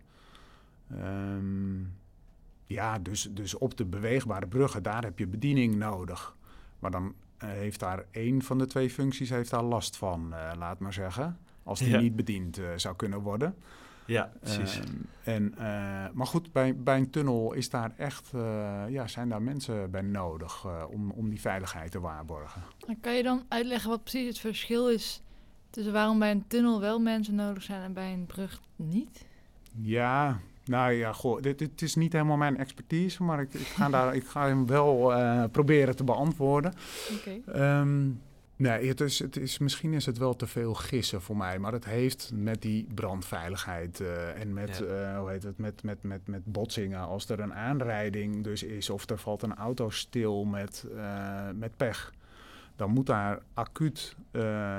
Um, ja, dus, dus op de beweegbare bruggen, daar heb je bediening nodig. Maar dan uh, heeft daar één van de twee functies heeft daar last van, uh, laat maar zeggen. Als die ja. niet bediend uh, zou kunnen worden. Ja, precies. Uh, en, uh, maar goed, bij, bij een tunnel is daar echt, uh, ja, zijn daar mensen bij nodig uh, om, om die veiligheid te waarborgen. En kan je dan uitleggen wat precies het verschil is tussen waarom bij een tunnel wel mensen nodig zijn en bij een brug niet? Ja, nou ja, goh, dit, dit is niet helemaal mijn expertise, maar ik, ik, ga, daar, ik ga hem wel uh, proberen te beantwoorden. Oké. Okay. Um, Nee, het is, het is, misschien is het wel te veel gissen voor mij, maar het heeft met die brandveiligheid uh, en met, ja. uh, hoe heet het, met, met, met, met botsingen. Als er een aanrijding dus is of er valt een auto stil met, uh, met pech, dan moet daar acuut uh,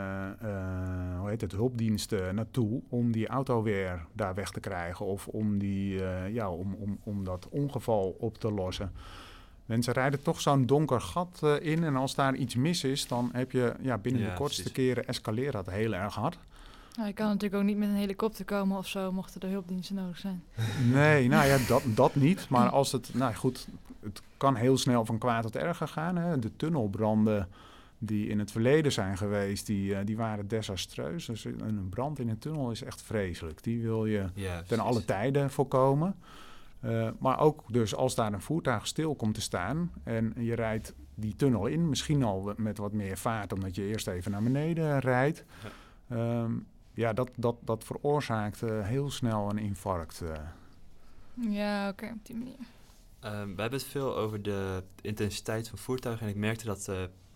uh, hoe heet het, hulpdiensten naartoe om die auto weer daar weg te krijgen of om, die, uh, ja, om, om, om dat ongeval op te lossen. Mensen rijden toch zo'n donker gat uh, in en als daar iets mis is, dan heb je ja, binnen ja, de kortste precies. keren escaleert dat heel erg hard. Nou, je kan natuurlijk ook niet met een helikopter komen of zo, mochten er hulpdiensten nodig zijn. Nee, nou ja, dat, dat niet. Maar als het, nou goed, het kan heel snel van kwaad tot erger gaan. Hè. De tunnelbranden die in het verleden zijn geweest, die, uh, die waren desastreus. Dus een brand in een tunnel is echt vreselijk. Die wil je ja, ten alle tijden voorkomen. Uh, maar ook dus als daar een voertuig stil komt te staan en je rijdt die tunnel in, misschien al met wat meer vaart, omdat je eerst even naar beneden rijdt. Ja, um, ja dat, dat, dat veroorzaakt uh, heel snel een infarct. Uh. Ja, oké, okay, op die manier. Um, we hebben het veel over de intensiteit van voertuigen en ik merkte dat uh,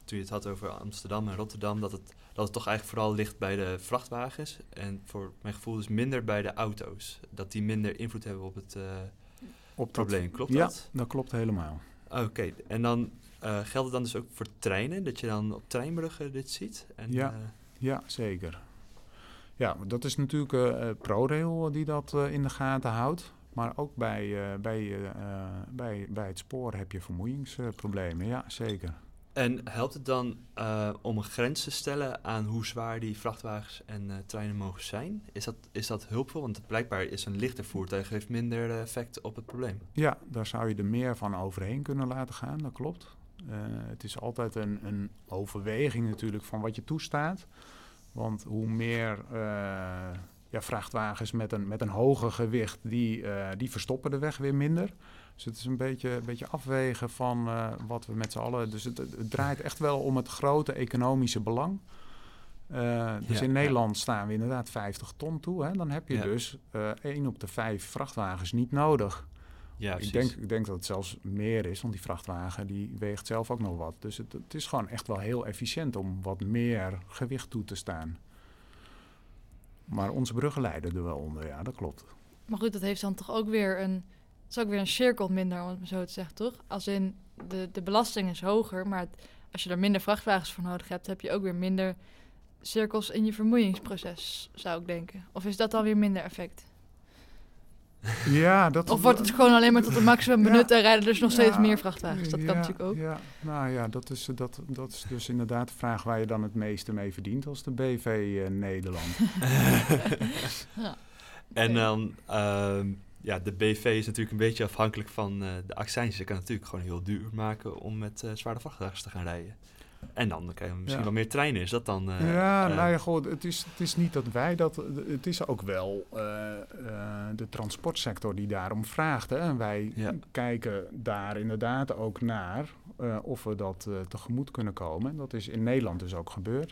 toen je het had over Amsterdam en Rotterdam, dat het, dat het toch eigenlijk vooral ligt bij de vrachtwagens. En voor mijn gevoel dus minder bij de auto's. Dat die minder invloed hebben op het uh, op probleem. Dat, klopt ja, dat? Ja, dat klopt helemaal. Oké, okay. En dan uh, geldt het dan dus ook voor treinen, dat je dan op treinbruggen dit ziet? En, ja, uh, ja, zeker. Ja, dat is natuurlijk uh, ProRail die dat uh, in de gaten houdt. Maar ook bij, uh, bij, uh, bij, bij het spoor heb je vermoeiingsproblemen, uh, ja, zeker. En helpt het dan uh, om een grens te stellen aan hoe zwaar die vrachtwagens en uh, treinen mogen zijn? Is dat, is dat hulpvol? Want blijkbaar is een lichter voertuig heeft minder uh, effect op het probleem. Ja, daar zou je er meer van overheen kunnen laten gaan, dat klopt. Uh, het is altijd een, een overweging natuurlijk van wat je toestaat. Want hoe meer uh, ja, vrachtwagens met een, met een hoger gewicht, die, uh, die verstoppen de weg weer minder. Dus het is een beetje, een beetje afwegen van uh, wat we met z'n allen... Dus het, het draait echt wel om het grote economische belang. Uh, dus ja, in Nederland ja. staan we inderdaad vijftig ton toe. Hè? Dan heb je ja. dus uh, één op de vijf vrachtwagens niet nodig. Ja, ik, denk, ik denk dat het zelfs meer is, want die vrachtwagen die weegt zelf ook nog wat. Dus het, het is gewoon echt wel heel efficiënt om wat meer gewicht toe te staan. Maar onze bruggen lijden er wel onder, ja, dat klopt. Maar goed, dat heeft dan toch ook weer een... Het is ook weer een cirkel minder, om het maar zo te zeggen, toch? Als in, de, de belasting is hoger, maar het, als je er minder vrachtwagens voor nodig hebt, heb je ook weer minder cirkels in je vermoeiingsproces, zou ik denken. Of is dat dan weer minder effect? Ja, dat... Of wordt het gewoon alleen maar tot een maximum benut ja, en rijden dus nog steeds ja, meer vrachtwagens? Dat ja, kan natuurlijk ook. Ja, nou ja, dat is, dat, dat is dus inderdaad de vraag waar je dan het meeste mee verdient als de B V uh, Nederland. ja. En dan... Uh, Ja, de B V is natuurlijk een beetje afhankelijk van uh, de accijns. Je kan natuurlijk gewoon heel duur maken om met uh, zware vrachtwagens te gaan rijden. En dan krijgen we misschien ja. wel meer treinen. Is dat dan... Uh, ja, uh, nou ja, goed, het is, het is niet dat wij dat... Het is ook wel uh, uh, de transportsector die daarom vraagt. Hè? En wij ja. kijken daar inderdaad ook naar uh, of we dat uh, tegemoet kunnen komen. Dat is in Nederland dus ook gebeurd.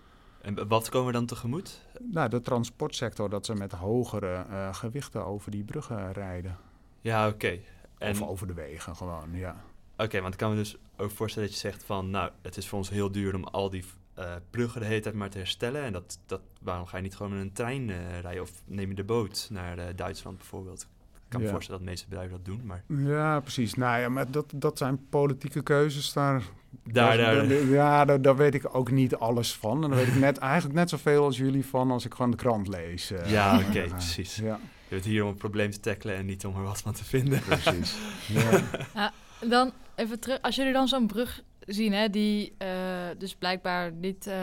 En wat komen we dan tegemoet? Nou, de transportsector, dat ze met hogere uh, gewichten over die bruggen rijden. Ja, oké. Okay. Of over de wegen gewoon, ja. Oké, okay, want ik kan me dus ook voorstellen dat je zegt van... nou, het is voor ons heel duur om al die uh, bruggen de hele tijd maar te herstellen. En dat, dat, waarom ga je niet gewoon met een trein uh, rijden? Of neem je de boot naar uh, Duitsland bijvoorbeeld? Ik kan me ja. voorstellen dat de meeste bedrijven dat doen, maar... Ja, precies. Nou ja, maar dat, dat zijn politieke keuzes daar... Daar, daar. daar ja, daar, daar weet ik ook niet alles van. En daar weet ik net, eigenlijk net zoveel als jullie van als ik gewoon de krant lees. Uh, ja, oké, okay, uh, precies. Ja. Je bent hier om een probleem te tackelen en niet om er wat van te vinden. Precies. Ja. Ja, dan even terug. Als jullie dan zo'n brug zien, hè, die uh, dus blijkbaar niet, uh,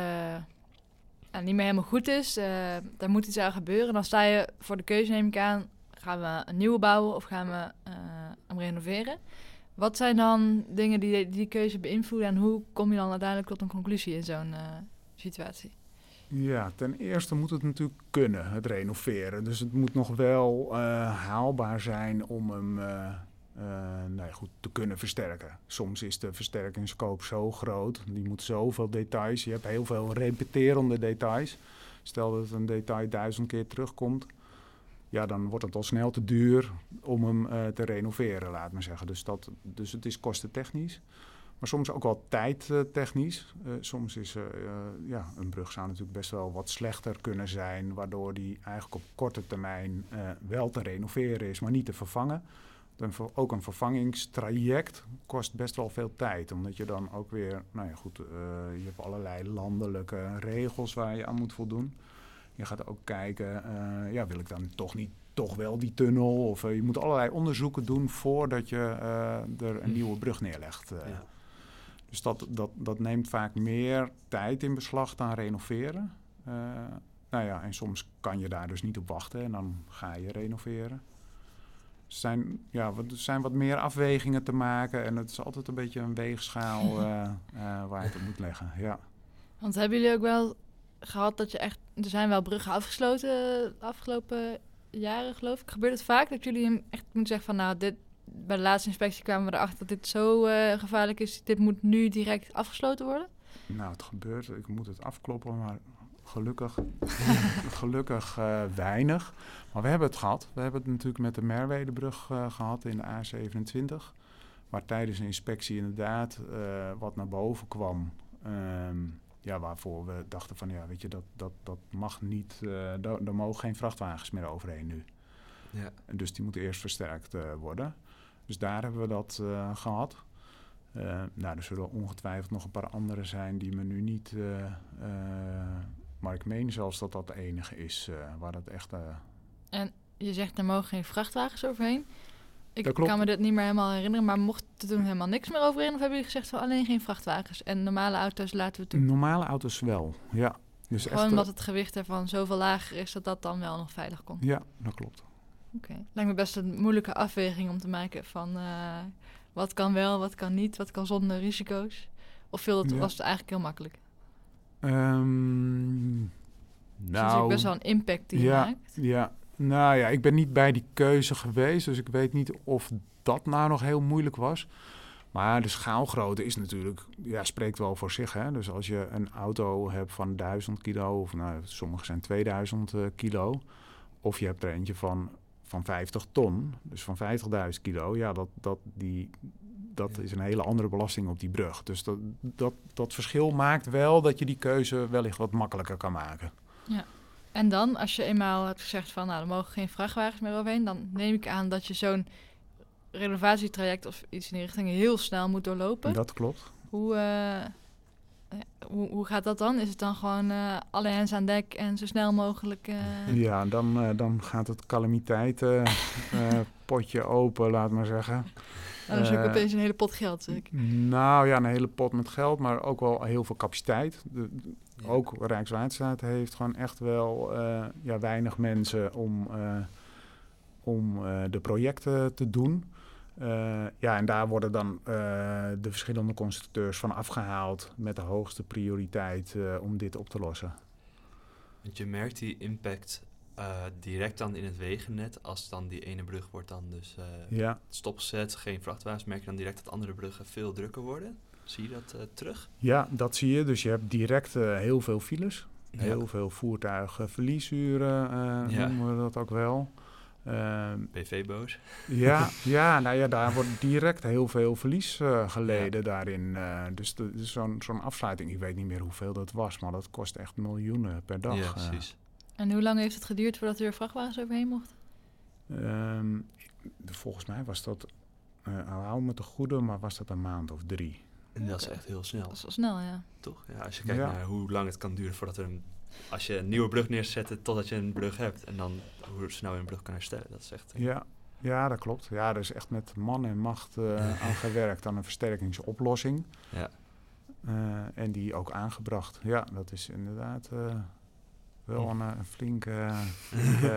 uh, niet meer helemaal goed is. Uh, daar moet iets aan gebeuren. Dan sta je voor de keuze, neem ik aan. Gaan we een nieuwe bouwen of gaan we uh, hem renoveren? Wat zijn dan dingen die, die die keuze beïnvloeden en hoe kom je dan uiteindelijk tot een conclusie in zo'n uh, situatie? Ja, ten eerste moet het natuurlijk kunnen, het renoveren. Dus het moet nog wel uh, haalbaar zijn om hem uh, uh, nou ja, goed, te kunnen versterken. Soms is de versterkingsscope zo groot, die moet zoveel details. Je hebt heel veel repeterende details. Stel dat een detail duizend keer terugkomt. Ja, dan wordt het al snel te duur om hem uh, te renoveren, laat maar zeggen. Dus, dat, dus het is kostentechnisch. Maar soms ook wel tijdtechnisch. Uh, soms is uh, uh, ja, een brug zou natuurlijk best wel wat slechter kunnen zijn, waardoor die eigenlijk op korte termijn uh, wel te renoveren is, maar niet te vervangen. Dan ook een vervangingstraject kost best wel veel tijd, omdat je dan ook weer, nou ja goed, uh, je hebt allerlei landelijke regels waar je aan moet voldoen. Je gaat ook kijken, uh, ja, wil ik dan toch niet toch wel die tunnel? Of uh, je moet allerlei onderzoeken doen voordat je uh, er een nieuwe brug neerlegt. Uh. Ja. Dus dat, dat, dat neemt vaak meer tijd in beslag dan renoveren. Uh, nou ja, en soms kan je daar dus niet op wachten en dan ga je renoveren. Er zijn, ja, er zijn wat meer afwegingen te maken en het is altijd een beetje een weegschaal uh, uh, waar je het op moet leggen. Ja. Want hebben jullie ook wel gehad dat je echt... Er zijn wel bruggen afgesloten de afgelopen jaren, geloof ik. Gebeurt het vaak dat jullie hem echt moeten zeggen van... nou, dit, bij de laatste inspectie kwamen we erachter dat dit zo uh, gevaarlijk is. Dit moet nu direct afgesloten worden? Nou, het gebeurt. Ik moet het afkloppen, maar gelukkig, gelukkig uh, weinig. Maar we hebben het gehad. We hebben het natuurlijk met de Merwedebrug uh, gehad in de A zevenentwintig. Waar tijdens een inspectie inderdaad uh, wat naar boven kwam... Um, ja, waarvoor we dachten van, ja, weet je, dat, dat, dat mag niet, uh, daar, daar mogen geen vrachtwagens meer overheen nu. Ja. En dus die moeten eerst versterkt uh, worden. Dus daar hebben we dat uh, gehad. Uh, nou, er zullen ongetwijfeld nog een paar andere zijn die me nu niet... Uh, uh, maar ik meen zelfs dat dat de enige is uh, waar dat echt... Uh, en je zegt, er mogen geen vrachtwagens overheen. Ik Dat klopt. kan me dat niet meer helemaal herinneren, maar mocht er toen helemaal niks meer overheen? Of hebben jullie gezegd van alleen geen vrachtwagens en normale auto's laten we toe? Normale auto's wel, ja. Dus Gewoon echt, omdat het gewicht ervan zoveel lager is dat dat dan wel nog veilig komt? Ja, dat klopt. Oké. Okay. Lijkt me best een moeilijke afweging om te maken van uh, wat kan wel, wat kan niet, wat kan zonder risico's. Of viel het, ja. was het eigenlijk heel makkelijk? Um, nou, dat is natuurlijk best wel een impact die ja, je maakt. Ja, nou ja, ik ben niet bij die keuze geweest, dus ik weet niet of dat nou nog heel moeilijk was. Maar de schaalgrootte is natuurlijk, ja, spreekt wel voor zich. Hè? Dus als je een auto hebt van duizend kilo, of nou, sommige zijn tweeduizend uh, kilo, of je hebt er eentje van, van vijftig ton, dus van vijftigduizend kilo, ja, dat, dat, die, dat is een hele andere belasting op die brug. Dus dat, dat, dat verschil maakt wel dat je die keuze wellicht wat makkelijker kan maken. Ja. En dan, als je eenmaal hebt gezegd van, nou, er mogen geen vrachtwagens meer overheen, dan neem ik aan dat je zo'n renovatietraject of iets in die richting heel snel moet doorlopen. Dat klopt. Hoe, uh, hoe, hoe gaat dat dan? Is het dan gewoon uh, alle hens aan dek en zo snel mogelijk? Uh... Ja, dan, uh, dan gaat het calamiteiten uh, potje open, laat maar zeggen. Nou, dan is ook opeens een hele pot geld, zeg ik. Nou ja, een hele pot met geld, maar ook wel heel veel capaciteit. De, de, ja. Ook Rijkswaterstaat heeft gewoon echt wel uh, ja, weinig mensen om, uh, om uh, de projecten te doen. Uh, ja, en daar worden dan uh, de verschillende constructeurs van afgehaald met de hoogste prioriteit uh, om dit op te lossen. Want je merkt die impact uh, direct dan in het wegennet, als dan die ene brug wordt dan dus uh, ja. stopgezet, geen vrachtwagens, merk je dan direct dat andere bruggen veel drukker worden? Zie je dat uh, terug? Ja, dat zie je. Dus je hebt direct uh, heel veel files, ja. heel veel voertuigen, verliesuren uh, ja. noemen we dat ook wel. Uh, B V-boos. Ja, ja, nou ja, daar wordt direct heel veel verlies uh, geleden ja. daarin. Uh, dus, de, dus zo'n, zo'n afsluiting, ik weet niet meer hoeveel dat was, maar dat kost echt miljoenen per dag. Ja, precies. Uh. En hoe lang heeft het geduurd voordat er vrachtwagens overheen mochten? Um, volgens mij was dat, uh, hou me te goede, maar was dat een maand of drie. En dat is echt heel snel. Dat is wel snel, ja. Toch? Ja, als je kijkt ja. naar hoe lang het kan duren voordat er een... Als je een nieuwe brug neerzet totdat je een brug hebt. En dan hoe snel je een brug kan herstellen. Dat is echt... Ja, ja, dat klopt. Ja, er is echt met man en macht uh, aan gewerkt aan een versterkingsoplossing. Ja. Uh, en die ook aangebracht. Ja, dat is inderdaad uh, wel een, een flinke, flinke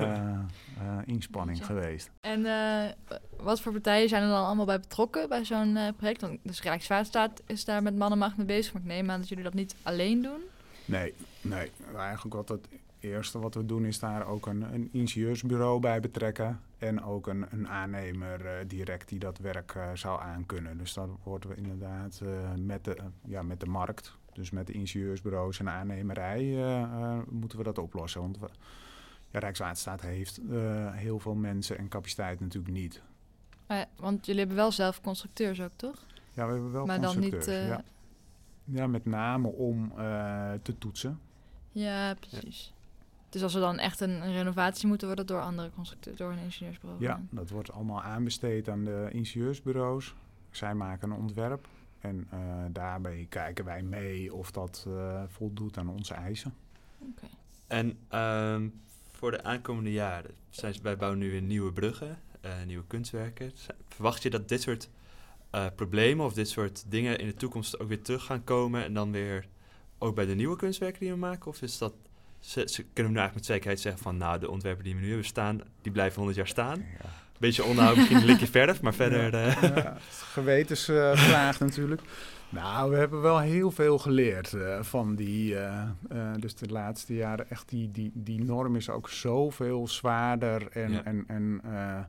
uh, inspanning geweest. En uh, wat voor partijen zijn er dan allemaal bij betrokken bij zo'n uh, project? Want dus Rijkswaterstaat is daar met man en macht mee bezig. Maar ik neem aan dat jullie dat niet alleen doen. Nee, nee. Eigenlijk wat het eerste wat we doen is daar ook een, een ingenieursbureau bij betrekken. En ook een, een aannemer uh, direct die dat werk uh, zou aankunnen. Dus dan worden we inderdaad uh, met, de, uh, ja, met de markt, dus met de ingenieursbureaus en aannemerij, uh, uh, moeten we dat oplossen. Want we, ja, Rijkswaterstaat heeft uh, heel veel mensen en capaciteit natuurlijk niet. Uh, want jullie hebben wel zelf constructeurs ook, toch? Ja, we hebben wel maar constructeurs, dan niet, uh... ja. Ja, met name om uh, te toetsen. Ja, precies. Ja. Dus als er dan echt een, een renovatie moet worden door andere constructeurs, door een ingenieursbureau? Ja, dan. Dat wordt allemaal aanbesteed aan de ingenieursbureaus. Zij maken een ontwerp en uh, daarbij kijken wij mee of dat uh, voldoet aan onze eisen. Okay. En um, voor de aankomende jaren, zijn wij bouwen nu weer nieuwe bruggen, uh, nieuwe kunstwerken. Verwacht je dat dit soort Uh, problemen of dit soort dingen in de toekomst ook weer terug gaan komen en dan weer ook bij de nieuwe kunstwerken die we maken? Of is dat, ze, ze kunnen we nu eigenlijk met zekerheid zeggen van nou, de ontwerpen die we nu hebben staan, die blijven honderd jaar staan? Ja. Beetje onderhoud, misschien een likje verf, maar verder... Ja, uh, ja, gewetensvraag uh, natuurlijk. Nou, we hebben wel heel veel geleerd uh, van die, uh, uh, dus de laatste jaren echt die, die, die norm is ook zoveel zwaarder en... Ja. en, en uh,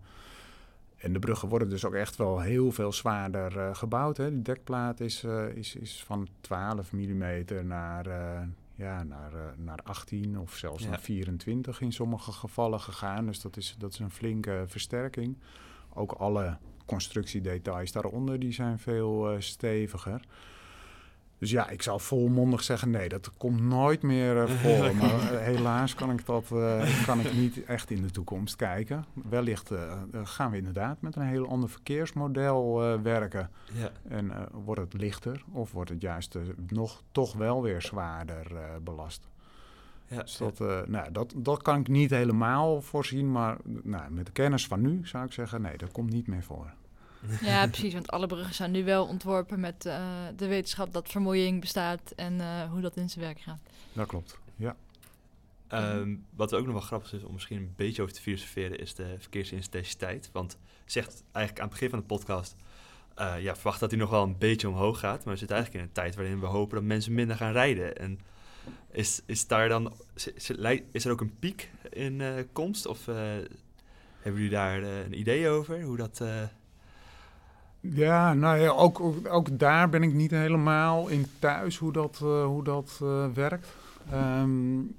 En de bruggen worden dus ook echt wel heel veel zwaarder uh, gebouwd. Hè. Die dekplaat is, uh, is, is van twaalf millimeter naar, uh, ja, naar, uh, naar achttien of zelfs ja. naar vierentwintig in sommige gevallen gegaan. Dus dat is, dat is een flinke versterking. Ook alle constructiedetails daaronder die zijn veel uh, steviger. Dus ja, ik zou volmondig zeggen, nee, dat komt nooit meer uh, voor. Maar uh, helaas kan ik dat uh, kan ik niet echt in de toekomst kijken. Wellicht uh, gaan we inderdaad met een heel ander verkeersmodel uh, werken. Ja. En uh, wordt het lichter of wordt het juist uh, nog toch wel weer zwaarder uh, belast. Ja, dus dat, uh, nou, dat, dat kan ik niet helemaal voorzien, maar nou, met de kennis van nu zou ik zeggen, nee, dat komt niet meer voor. Ja, precies, want alle bruggen zijn nu wel ontworpen met uh, de wetenschap dat vermoeiing bestaat en uh, hoe dat in zijn werk gaat. Dat klopt, ja. Um, wat ook nog wel grappig is om misschien een beetje over te filosoferen is de verkeersintensiteit. Want zegt eigenlijk aan het begin van de podcast, uh, ja, verwacht dat hij nog wel een beetje omhoog gaat. Maar we zitten eigenlijk in een tijd waarin we hopen dat mensen minder gaan rijden. En is, is daar dan, is, is er ook een piek in uh, komst? Of uh, hebben jullie daar uh, een idee over, hoe dat... Uh, Ja, nou ja, ook, ook, ook daar ben ik niet helemaal in thuis hoe dat, uh, hoe dat uh, werkt. Um,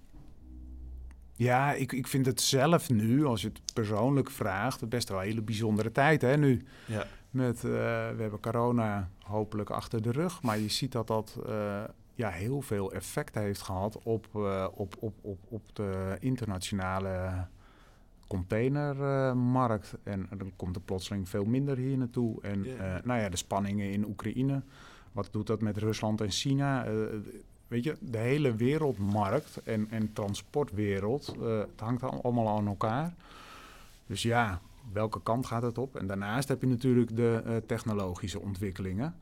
ja, ik, ik vind het zelf nu, als je het persoonlijk vraagt, best wel een hele bijzondere tijd hè, nu. Ja. Met, uh, we hebben corona hopelijk achter de rug, maar je ziet dat dat uh, ja, heel veel effect heeft gehad op, uh, op, op, op, op de internationale containermarkt. Uh, en dan komt er plotseling veel minder hier naartoe. En yeah. uh, nou ja, de spanningen in Oekraïne. Wat doet dat met Rusland en China? Uh, weet je, de hele wereldmarkt en, en transportwereld, uh, het hangt allemaal aan elkaar. Dus ja, welke kant gaat het op? En daarnaast heb je natuurlijk de uh, technologische ontwikkelingen.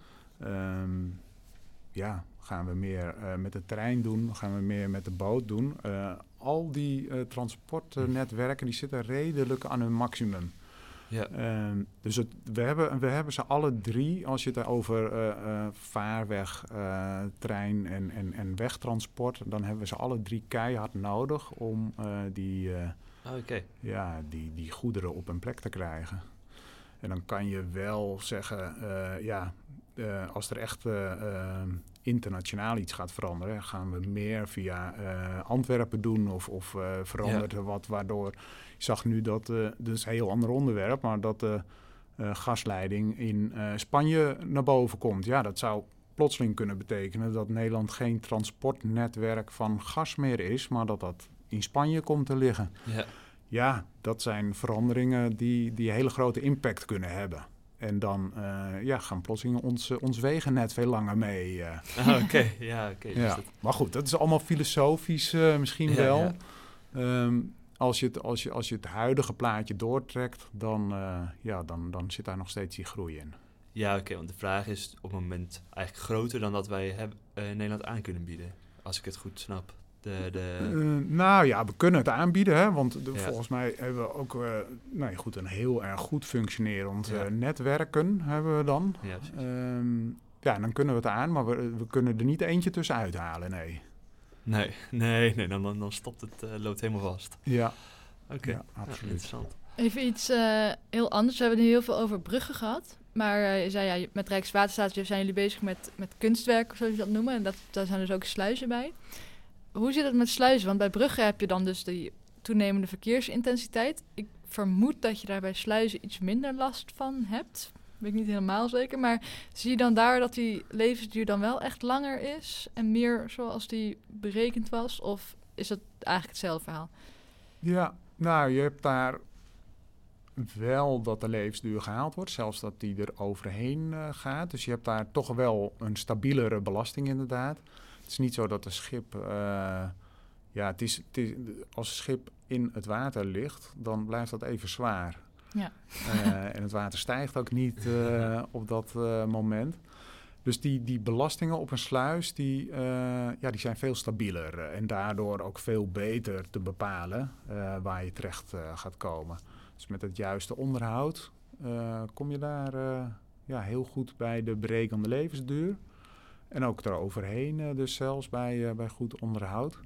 Um, ja, gaan we meer uh, met de trein doen? Gaan we meer met de boot doen? Uh, al die uh, transportnetwerken die zitten redelijk aan hun maximum. Ja. Uh, dus het, we, hebben, we hebben ze alle drie, als je het over uh, uh, vaarweg, uh, trein en, en, en wegtransport, dan hebben we ze alle drie keihard nodig om uh, die, uh, oh, okay. ja, die, die goederen op een plek te krijgen. En dan kan je wel zeggen, uh, ja, uh, als er echt uh, uh, internationaal iets gaat veranderen, gaan we meer via uh, Antwerpen doen of, of uh, verandert er ja. wat, waardoor je zag nu dat, uh, dat is een heel ander onderwerp, maar dat de uh, gasleiding in uh, Spanje naar boven komt. Ja, dat zou plotseling kunnen betekenen dat Nederland geen transportnetwerk van gas meer is, maar dat dat in Spanje komt te liggen. Ja, ja dat zijn veranderingen die, die een hele grote impact kunnen hebben. En dan uh, ja, gaan plotseling ons, ons wegennet veel langer mee. Uh. Ah, Oké, okay. ja, oké. Okay. Ja. Dus maar goed, dat is allemaal filosofisch uh, misschien ja, wel. Ja. Um, als, je het, als, je, als je het huidige plaatje doortrekt, dan, uh, ja, dan, dan zit daar nog steeds die groei in. Ja, oké, okay, want de vraag is op het moment eigenlijk groter dan dat wij heb, uh, Nederland aan kunnen bieden. Als ik het goed snap. De, de... Uh, nou ja, we kunnen het aanbieden, hè, want de, ja. volgens mij hebben we ook uh, nou ja, goed, een heel erg goed functionerend ja. uh, netwerken hebben we dan. Ja, um, ja, en dan kunnen we het aan, maar we, we kunnen er niet eentje tussenuit halen, nee. Nee, nee, nee dan, dan stopt het, uh, loopt helemaal vast. Ja, oké, okay. ja, absoluut. Ja, interessant. Even iets uh, heel anders. We hebben nu heel veel over bruggen gehad. Maar uh, je zei, ja, met Rijkswaterstaat zijn jullie bezig met, met kunstwerk, zoals je dat noemen. En dat, daar zijn dus ook sluizen bij. Hoe zit het met sluizen? Want bij bruggen heb je dan dus die toenemende verkeersintensiteit. Ik vermoed dat je daar bij sluizen iets minder last van hebt. Weet ik niet helemaal zeker. Maar zie je dan daar dat die levensduur dan wel echt langer is? En meer zoals die berekend was? Of is het eigenlijk hetzelfde verhaal? Ja, nou je hebt daar wel dat de levensduur gehaald wordt. Zelfs dat die er overheen uh, gaat. Dus je hebt daar toch wel een stabielere belasting inderdaad. Het is niet zo dat een schip, uh, ja, het is, het is, als een schip in het water ligt, dan blijft dat even zwaar. Ja. Uh, en het water stijgt ook niet uh, op dat uh, moment. Dus die, die belastingen op een sluis, die, uh, ja, die zijn veel stabieler. Uh, en daardoor ook veel beter te bepalen uh, waar je terecht uh, gaat komen. Dus met het juiste onderhoud uh, kom je daar uh, ja, heel goed bij de berekende levensduur. En ook eroverheen, uh, dus zelfs bij, uh, bij goed onderhoud.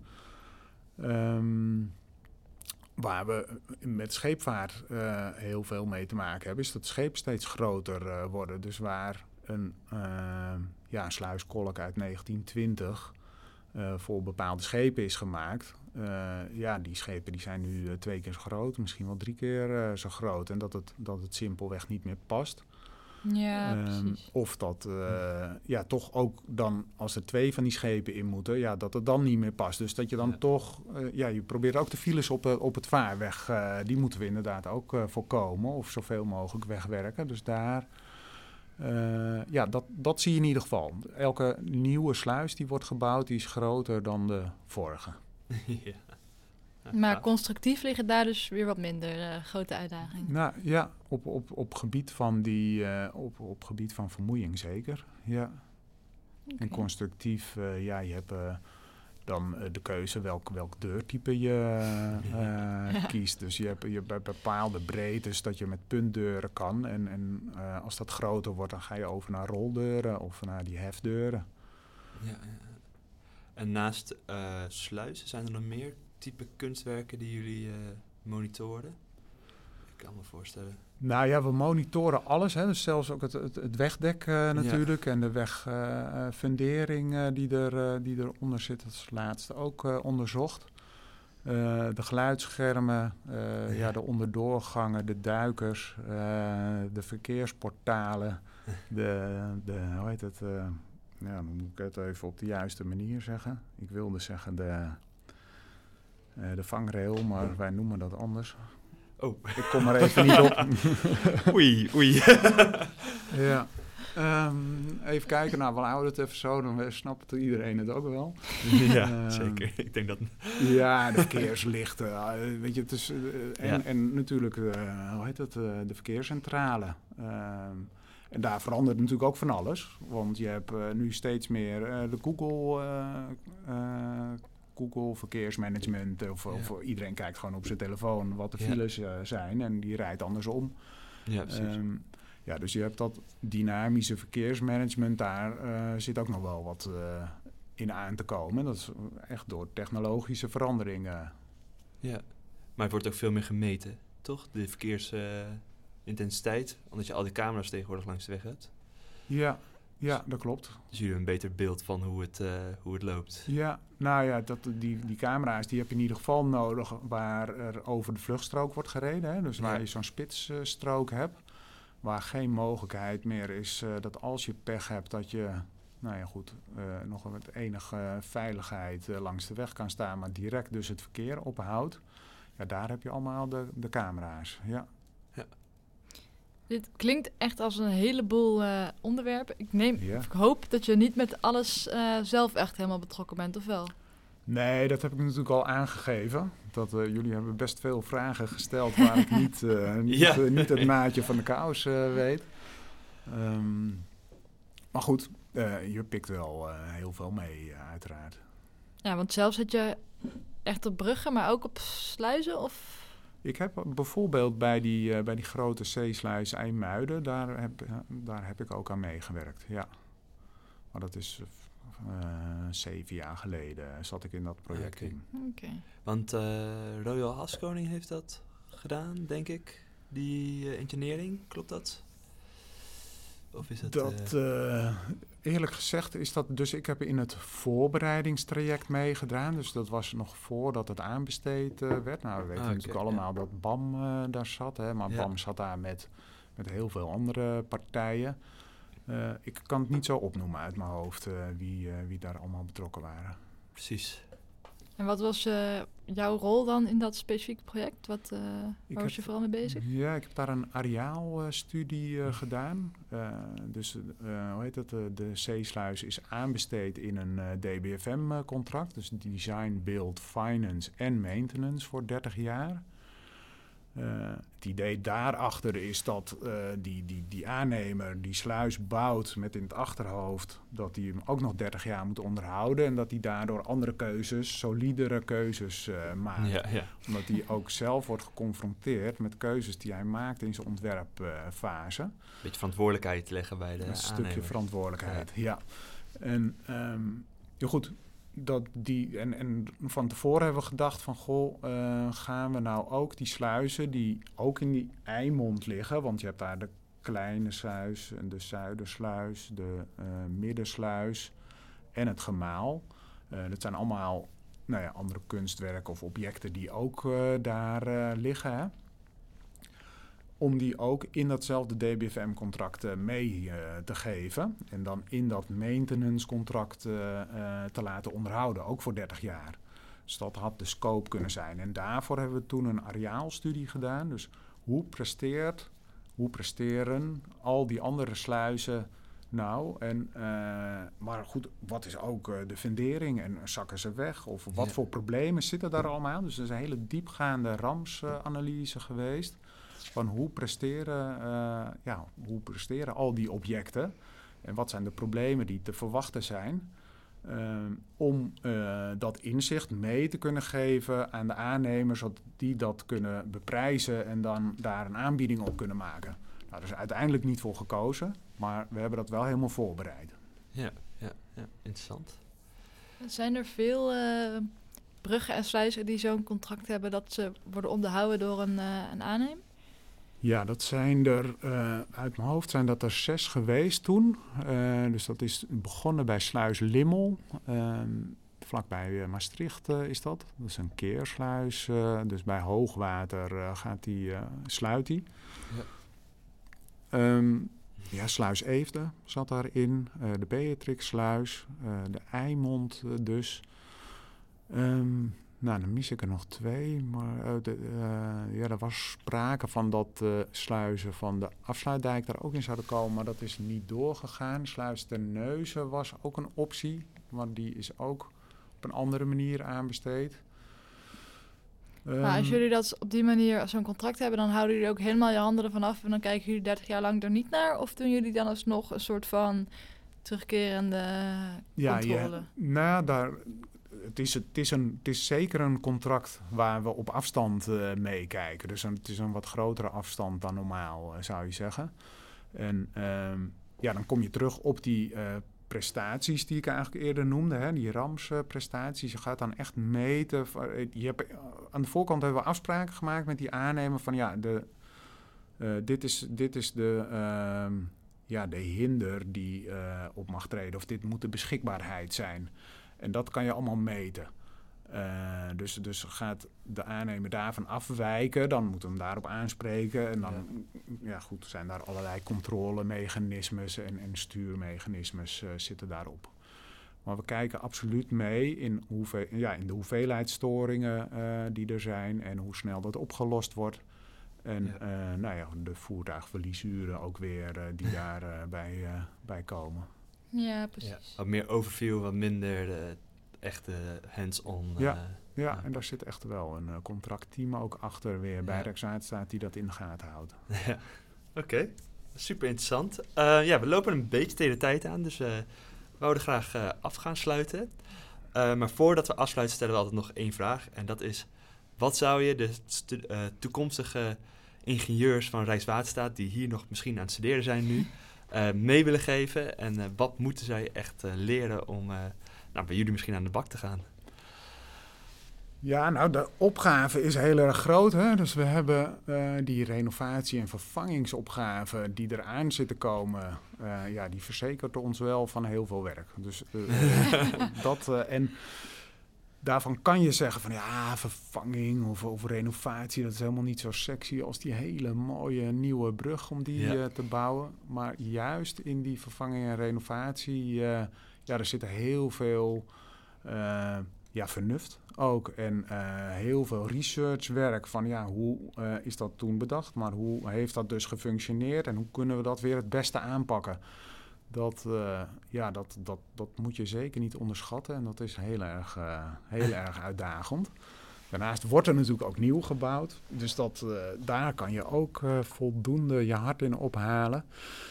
Um, waar we met scheepvaart uh, heel veel mee te maken hebben, is dat schepen steeds groter uh, worden. Dus waar een, uh, ja, een sluiskolk uit negentien twintig uh, voor bepaalde schepen is gemaakt. Uh, ja, die schepen die zijn nu uh, twee keer zo groot, misschien wel drie keer uh, zo groot. En dat het, dat het simpelweg niet meer past. Ja, Um, precies. of dat uh, ja, toch ook dan, als er twee van die schepen in moeten, ja, dat het dan niet meer past. Dus dat je dan Ja. toch, uh, ja, je probeert ook de files op, uh, op het vaarweg, uh, die moeten we inderdaad ook uh, voorkomen of zoveel mogelijk wegwerken. Dus daar, uh, ja, dat, dat zie je in ieder geval. Elke nieuwe sluis die wordt gebouwd, die is groter dan de vorige. ja. Ja, Maar gaaf. constructief liggen daar dus weer wat minder uh, grote uitdagingen. Nou ja, op, op, op gebied van die, uh, op, op gebied van vermoeiing zeker, ja. Okay. En constructief, uh, ja, je hebt uh, dan uh, de keuze welk, welk deurtype je uh, ja. kiest. Dus je hebt, je hebt bij bepaalde breedtes dat je met puntdeuren kan. En, en uh, als dat groter wordt, dan ga je over naar roldeuren of naar die hefdeuren. Ja, ja. En naast uh, sluizen, zijn er nog meer type kunstwerken die jullie uh, monitoren? Ik kan me voorstellen. Nou ja, we monitoren alles. Hè. Dus zelfs ook het, het, het wegdek uh, natuurlijk. Ja. En de wegfundering uh, uh, die, er, uh, die eronder zit. Dat is het laatste ook uh, onderzocht. Uh, de geluidsschermen, uh, ja. Ja, de onderdoorgangen, de duikers, uh, de verkeersportalen. de, de, hoe heet het? Uh, ja, dan moet ik het even op de juiste manier zeggen. Ik wilde zeggen de, uh, de vangrail, maar wij noemen dat anders. Oh. Ik kom er even niet op. oei, oei. ja. Um, even kijken, nou, we houden het even zo, dan snapt iedereen het ook wel. Ja, um, zeker. Ik denk dat... Ja, de verkeerslichten, uh, weet je, het is... Uh, en, ja. en natuurlijk, uh, hoe heet dat, uh, de verkeerscentrale. Um, en daar verandert natuurlijk ook van alles. Want je hebt uh, nu steeds meer uh, de Google... Uh, uh, Google verkeersmanagement of, ja. of iedereen kijkt gewoon op zijn telefoon wat de files uh, zijn en die rijdt andersom. Ja, precies. Um, ja, dus je hebt dat dynamische verkeersmanagement, daar uh, zit ook nog wel wat uh, in aan te komen. Dat is echt door technologische veranderingen. Ja, maar het wordt ook veel meer gemeten, toch? De verkeersintensiteit, uh, omdat je al die camera's tegenwoordig langs de weg hebt. Ja. Ja, dat klopt. Dus jullie hebben een beter beeld van hoe het, uh, hoe het loopt. Ja, nou ja, dat, die, die camera's die heb je in ieder geval nodig waar er over de vluchtstrook wordt gereden. Hè? Dus waar ja. je zo'n spitsstrook uh, hebt. Waar geen mogelijkheid meer is uh, dat als je pech hebt dat je, nou ja goed, uh, nog met enige veiligheid uh, langs de weg kan staan. Maar direct dus het verkeer ophoudt. Ja, daar heb je allemaal de, de camera's, ja. Ja. Dit klinkt echt als een heleboel uh, onderwerpen. Ik, neem, ja. ik hoop dat je niet met alles uh, zelf echt helemaal betrokken bent, of wel? Nee, dat heb ik natuurlijk al aangegeven. Dat, uh, jullie hebben best veel vragen gesteld waar ik niet, uh, niet, ja. uh, niet het maatje van de kous uh, weet. Um, maar goed, uh, je pikt wel uh, heel veel mee, uh, uiteraard. Ja, want zelf zit je echt op bruggen, maar ook op sluizen, of... Ik heb bijvoorbeeld bij die, uh, bij die grote zeesluis IJmuiden, daar heb, uh, daar heb ik ook aan meegewerkt, ja. Maar dat is uh, zeven jaar geleden zat ik in dat project okay. in. Okay. Want uh, Royal Haskoning heeft dat gedaan, denk ik, die uh, engineering, klopt dat? Of is het... Dat, uh, eerlijk gezegd is dat... Dus ik heb in het voorbereidingstraject meegedaan. Dus dat was nog voordat het aanbesteed uh, werd. Nou, we weten ah, okay, natuurlijk allemaal ja. dat B A M uh, daar zat. Hè, maar ja. B A M zat daar met, met heel veel andere partijen. Uh, ik kan het niet zo opnoemen uit mijn hoofd uh, wie, uh, wie daar allemaal betrokken waren. Precies. En wat was uh, jouw rol dan in dat specifieke project? Wat, uh, waar ik was heb, je vooral mee bezig? Ja, ik heb daar een areaalstudie uh, gedaan. Uh, dus uh, hoe heet het? Uh, de zeesluis is aanbesteed in een uh, D B F M-contract. Dus Design, Build, Finance en Maintenance voor dertig jaar. Uh, het idee daarachter is dat uh, die, die, die aannemer die sluis bouwt met in het achterhoofd dat hij hem ook nog dertig jaar moet onderhouden en dat hij daardoor andere keuzes, solidere keuzes uh, maakt. Ja, ja. Omdat hij ook zelf wordt geconfronteerd met keuzes die hij maakt in zijn ontwerpfase. Uh, Een beetje verantwoordelijkheid leggen bij de Een aannemer. stukje verantwoordelijkheid, ja. ja. En um, ja goed... Dat die, en, en van tevoren hebben we gedacht van, goh, uh, gaan we nou ook die sluizen die ook in die Eimond liggen, want je hebt daar de kleine sluis, de Zuidersluis, de uh, Middensluis en het Gemaal. Uh, dat zijn allemaal nou ja, andere kunstwerken of objecten die ook uh, daar uh, liggen, hè? om die ook in datzelfde D B F M-contract uh, mee uh, te geven. En dan in dat maintenance-contract uh, uh, te laten onderhouden, ook voor dertig jaar. Dus dat had de scope kunnen zijn. En daarvoor hebben we toen een areaalstudie gedaan. Dus hoe presteert, hoe presteren al die andere sluizen nou? En, uh, maar goed, wat is ook uh, de fundering en zakken ze weg? Of wat ja. voor problemen zitten daar allemaal? Dus er is een hele diepgaande ramsanalyse uh, geweest. Van hoe presteren, uh, ja, hoe presteren al die objecten? En wat zijn de problemen die te verwachten zijn? Uh, om uh, dat inzicht mee te kunnen geven aan de aannemers, zodat die dat kunnen beprijzen en dan daar een aanbieding op kunnen maken. Nou, daar is uiteindelijk niet voor gekozen, maar we hebben dat wel helemaal voorbereid. Ja, ja, ja, interessant. Zijn er veel uh, bruggen en sluizen die zo'n contract hebben dat ze worden onderhouden door een, uh, een aannemer? Ja, dat zijn er, uh, uit mijn hoofd zijn dat er zes geweest toen. Uh, dus dat is begonnen bij Sluis Limmel. Uh, vlakbij uh, Maastricht uh, is dat. Dat is een keersluis. Uh, dus bij hoogwater uh, gaat die, uh, sluit die. Ja. Um, ja, Sluis Eefde zat daarin. Uh, de Beatrixsluis. Uh, de Eimond uh, dus. Um, Nou, dan mis ik er nog twee. Maar uh, de, uh, ja, er was sprake van dat uh, sluizen van de afsluitdijk daar ook in zouden komen. Maar dat is niet doorgegaan. Sluis Terneuzen was ook een optie. Maar die is ook op een andere manier aanbesteed. Um, maar als jullie dat op die manier zo'n contract hebben, dan houden jullie ook helemaal je handen ervan af. En dan kijken jullie dertig jaar lang er niet naar. Of doen jullie dan alsnog een soort van terugkerende ja, controle? Ja, nou, daar... Het is, het, is een, het is zeker een contract waar we op afstand uh, meekijken. Dus een, het is een wat grotere afstand dan normaal, uh, zou je zeggen. En um, ja, dan kom je terug op die uh, prestaties die ik eigenlijk eerder noemde. Hè, die ramsprestaties. Je gaat dan echt meten. Je hebt, uh, aan de voorkant hebben we afspraken gemaakt met die aannemer van ja, de, uh, dit, is, dit is de... Uh, ja, de hinder die uh, op mag treden. Of dit moet de beschikbaarheid zijn. En dat kan je allemaal meten. Uh, dus, dus gaat de aannemer daarvan afwijken, dan moeten we hem daarop aanspreken. En dan ja. Ja, goed, zijn daar allerlei controlemechanismes en, en stuurmechanismes uh, zitten daarop. Maar we kijken absoluut mee in, hoeveel, ja, in de hoeveelheid storingen uh, die er zijn en hoe snel dat opgelost wordt. En ja. Uh, nou ja, de voertuigverliesuren ook weer uh, die daarbij uh, uh, bij komen. Ja, precies. Ja, wat meer overview, wat minder de echte hands-on. Ja, uh, ja, ja, en daar zit echt wel een uh, contractteam ook achter weer ja. bij Rijkswaterstaat die dat in de gaten houdt. Ja, oké. Okay. Super interessant. Uh, ja, we lopen een beetje tegen de tijd aan, dus uh, we wouden graag uh, af gaan sluiten. Uh, maar voordat we afsluiten stellen we altijd nog één vraag. En dat is, wat zou je de stu- uh, toekomstige ingenieurs van Rijkswaterstaat, die hier nog misschien aan het studeren zijn nu, Uh, mee willen geven en uh, wat moeten zij echt uh, leren om uh, nou, bij jullie misschien aan de bak te gaan? Ja, nou de opgave is heel erg groot. Hè? Dus we hebben uh, die renovatie- en vervangingsopgave die eraan zit te komen. Uh, ja, die verzekert ons wel van heel veel werk. Dus uh, dat uh, en daarvan kan je zeggen van ja, vervanging of, of renovatie, dat is helemaal niet zo sexy als die hele mooie nieuwe brug om die ja. uh, te bouwen. Maar juist in die vervanging en renovatie, uh, ja, er zit heel veel uh, ja, vernuft ook. En uh, heel veel researchwerk van ja, hoe uh, is dat toen bedacht, maar hoe heeft dat dus gefunctioneerd en hoe kunnen we dat weer het beste aanpakken? Dat, uh, ja, dat, dat, dat moet je zeker niet onderschatten en dat is heel erg, uh, heel erg uitdagend. Daarnaast wordt er natuurlijk ook nieuw gebouwd, dus dat, uh, daar kan je ook uh, voldoende je hart in ophalen.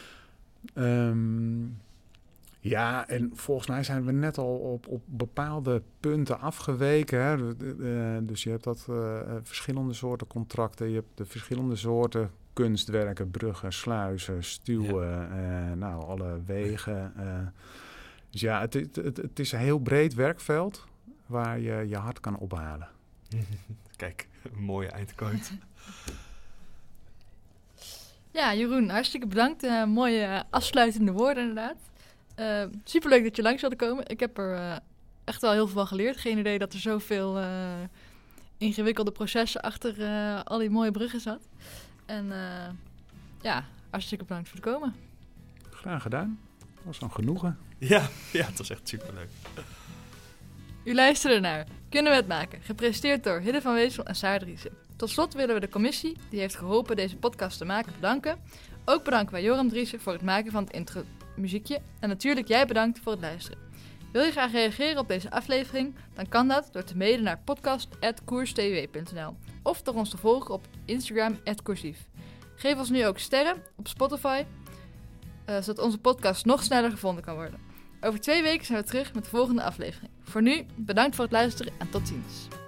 Um, ja, en volgens mij zijn we net al op, op bepaalde punten afgeweken. Hè. Uh, dus je hebt dat uh, verschillende soorten contracten, je hebt de verschillende soorten kunstwerken, bruggen, sluizen, stuwen, ja. uh, nou, alle wegen. Uh, dus ja, het, het, het, het is een heel breed werkveld waar je je hart kan ophalen. Kijk, een mooie eindquote. Ja, Jeroen, hartstikke bedankt. Uh, mooie afsluitende woorden inderdaad. Uh, superleuk dat je langs wilde komen. Ik heb er uh, echt wel heel veel van geleerd. Geen idee dat er zoveel uh, ingewikkelde processen achter uh, al die mooie bruggen zat. En uh, ja, hartstikke bedankt voor het komen. Graag gedaan. Dat was een genoegen. Ja, ja, het was echt superleuk. U luisterde naar Kunnen we het maken? Gepresenteerd door Hidde van Weesel en Saar Driessen. Tot slot willen we de commissie die heeft geholpen deze podcast te maken bedanken. Ook bedanken wij Joram Driessen voor het maken van het intro muziekje. En natuurlijk jij bedankt voor het luisteren. Wil je graag reageren op deze aflevering? Dan kan dat door te mailen naar podcast at koerstw punt n l of door ons te volgen op Instagram at koersief. Geef ons nu ook sterren op Spotify, uh, zodat onze podcast nog sneller gevonden kan worden. Over twee weken zijn we terug met de volgende aflevering. Voor nu, bedankt voor het luisteren en tot ziens.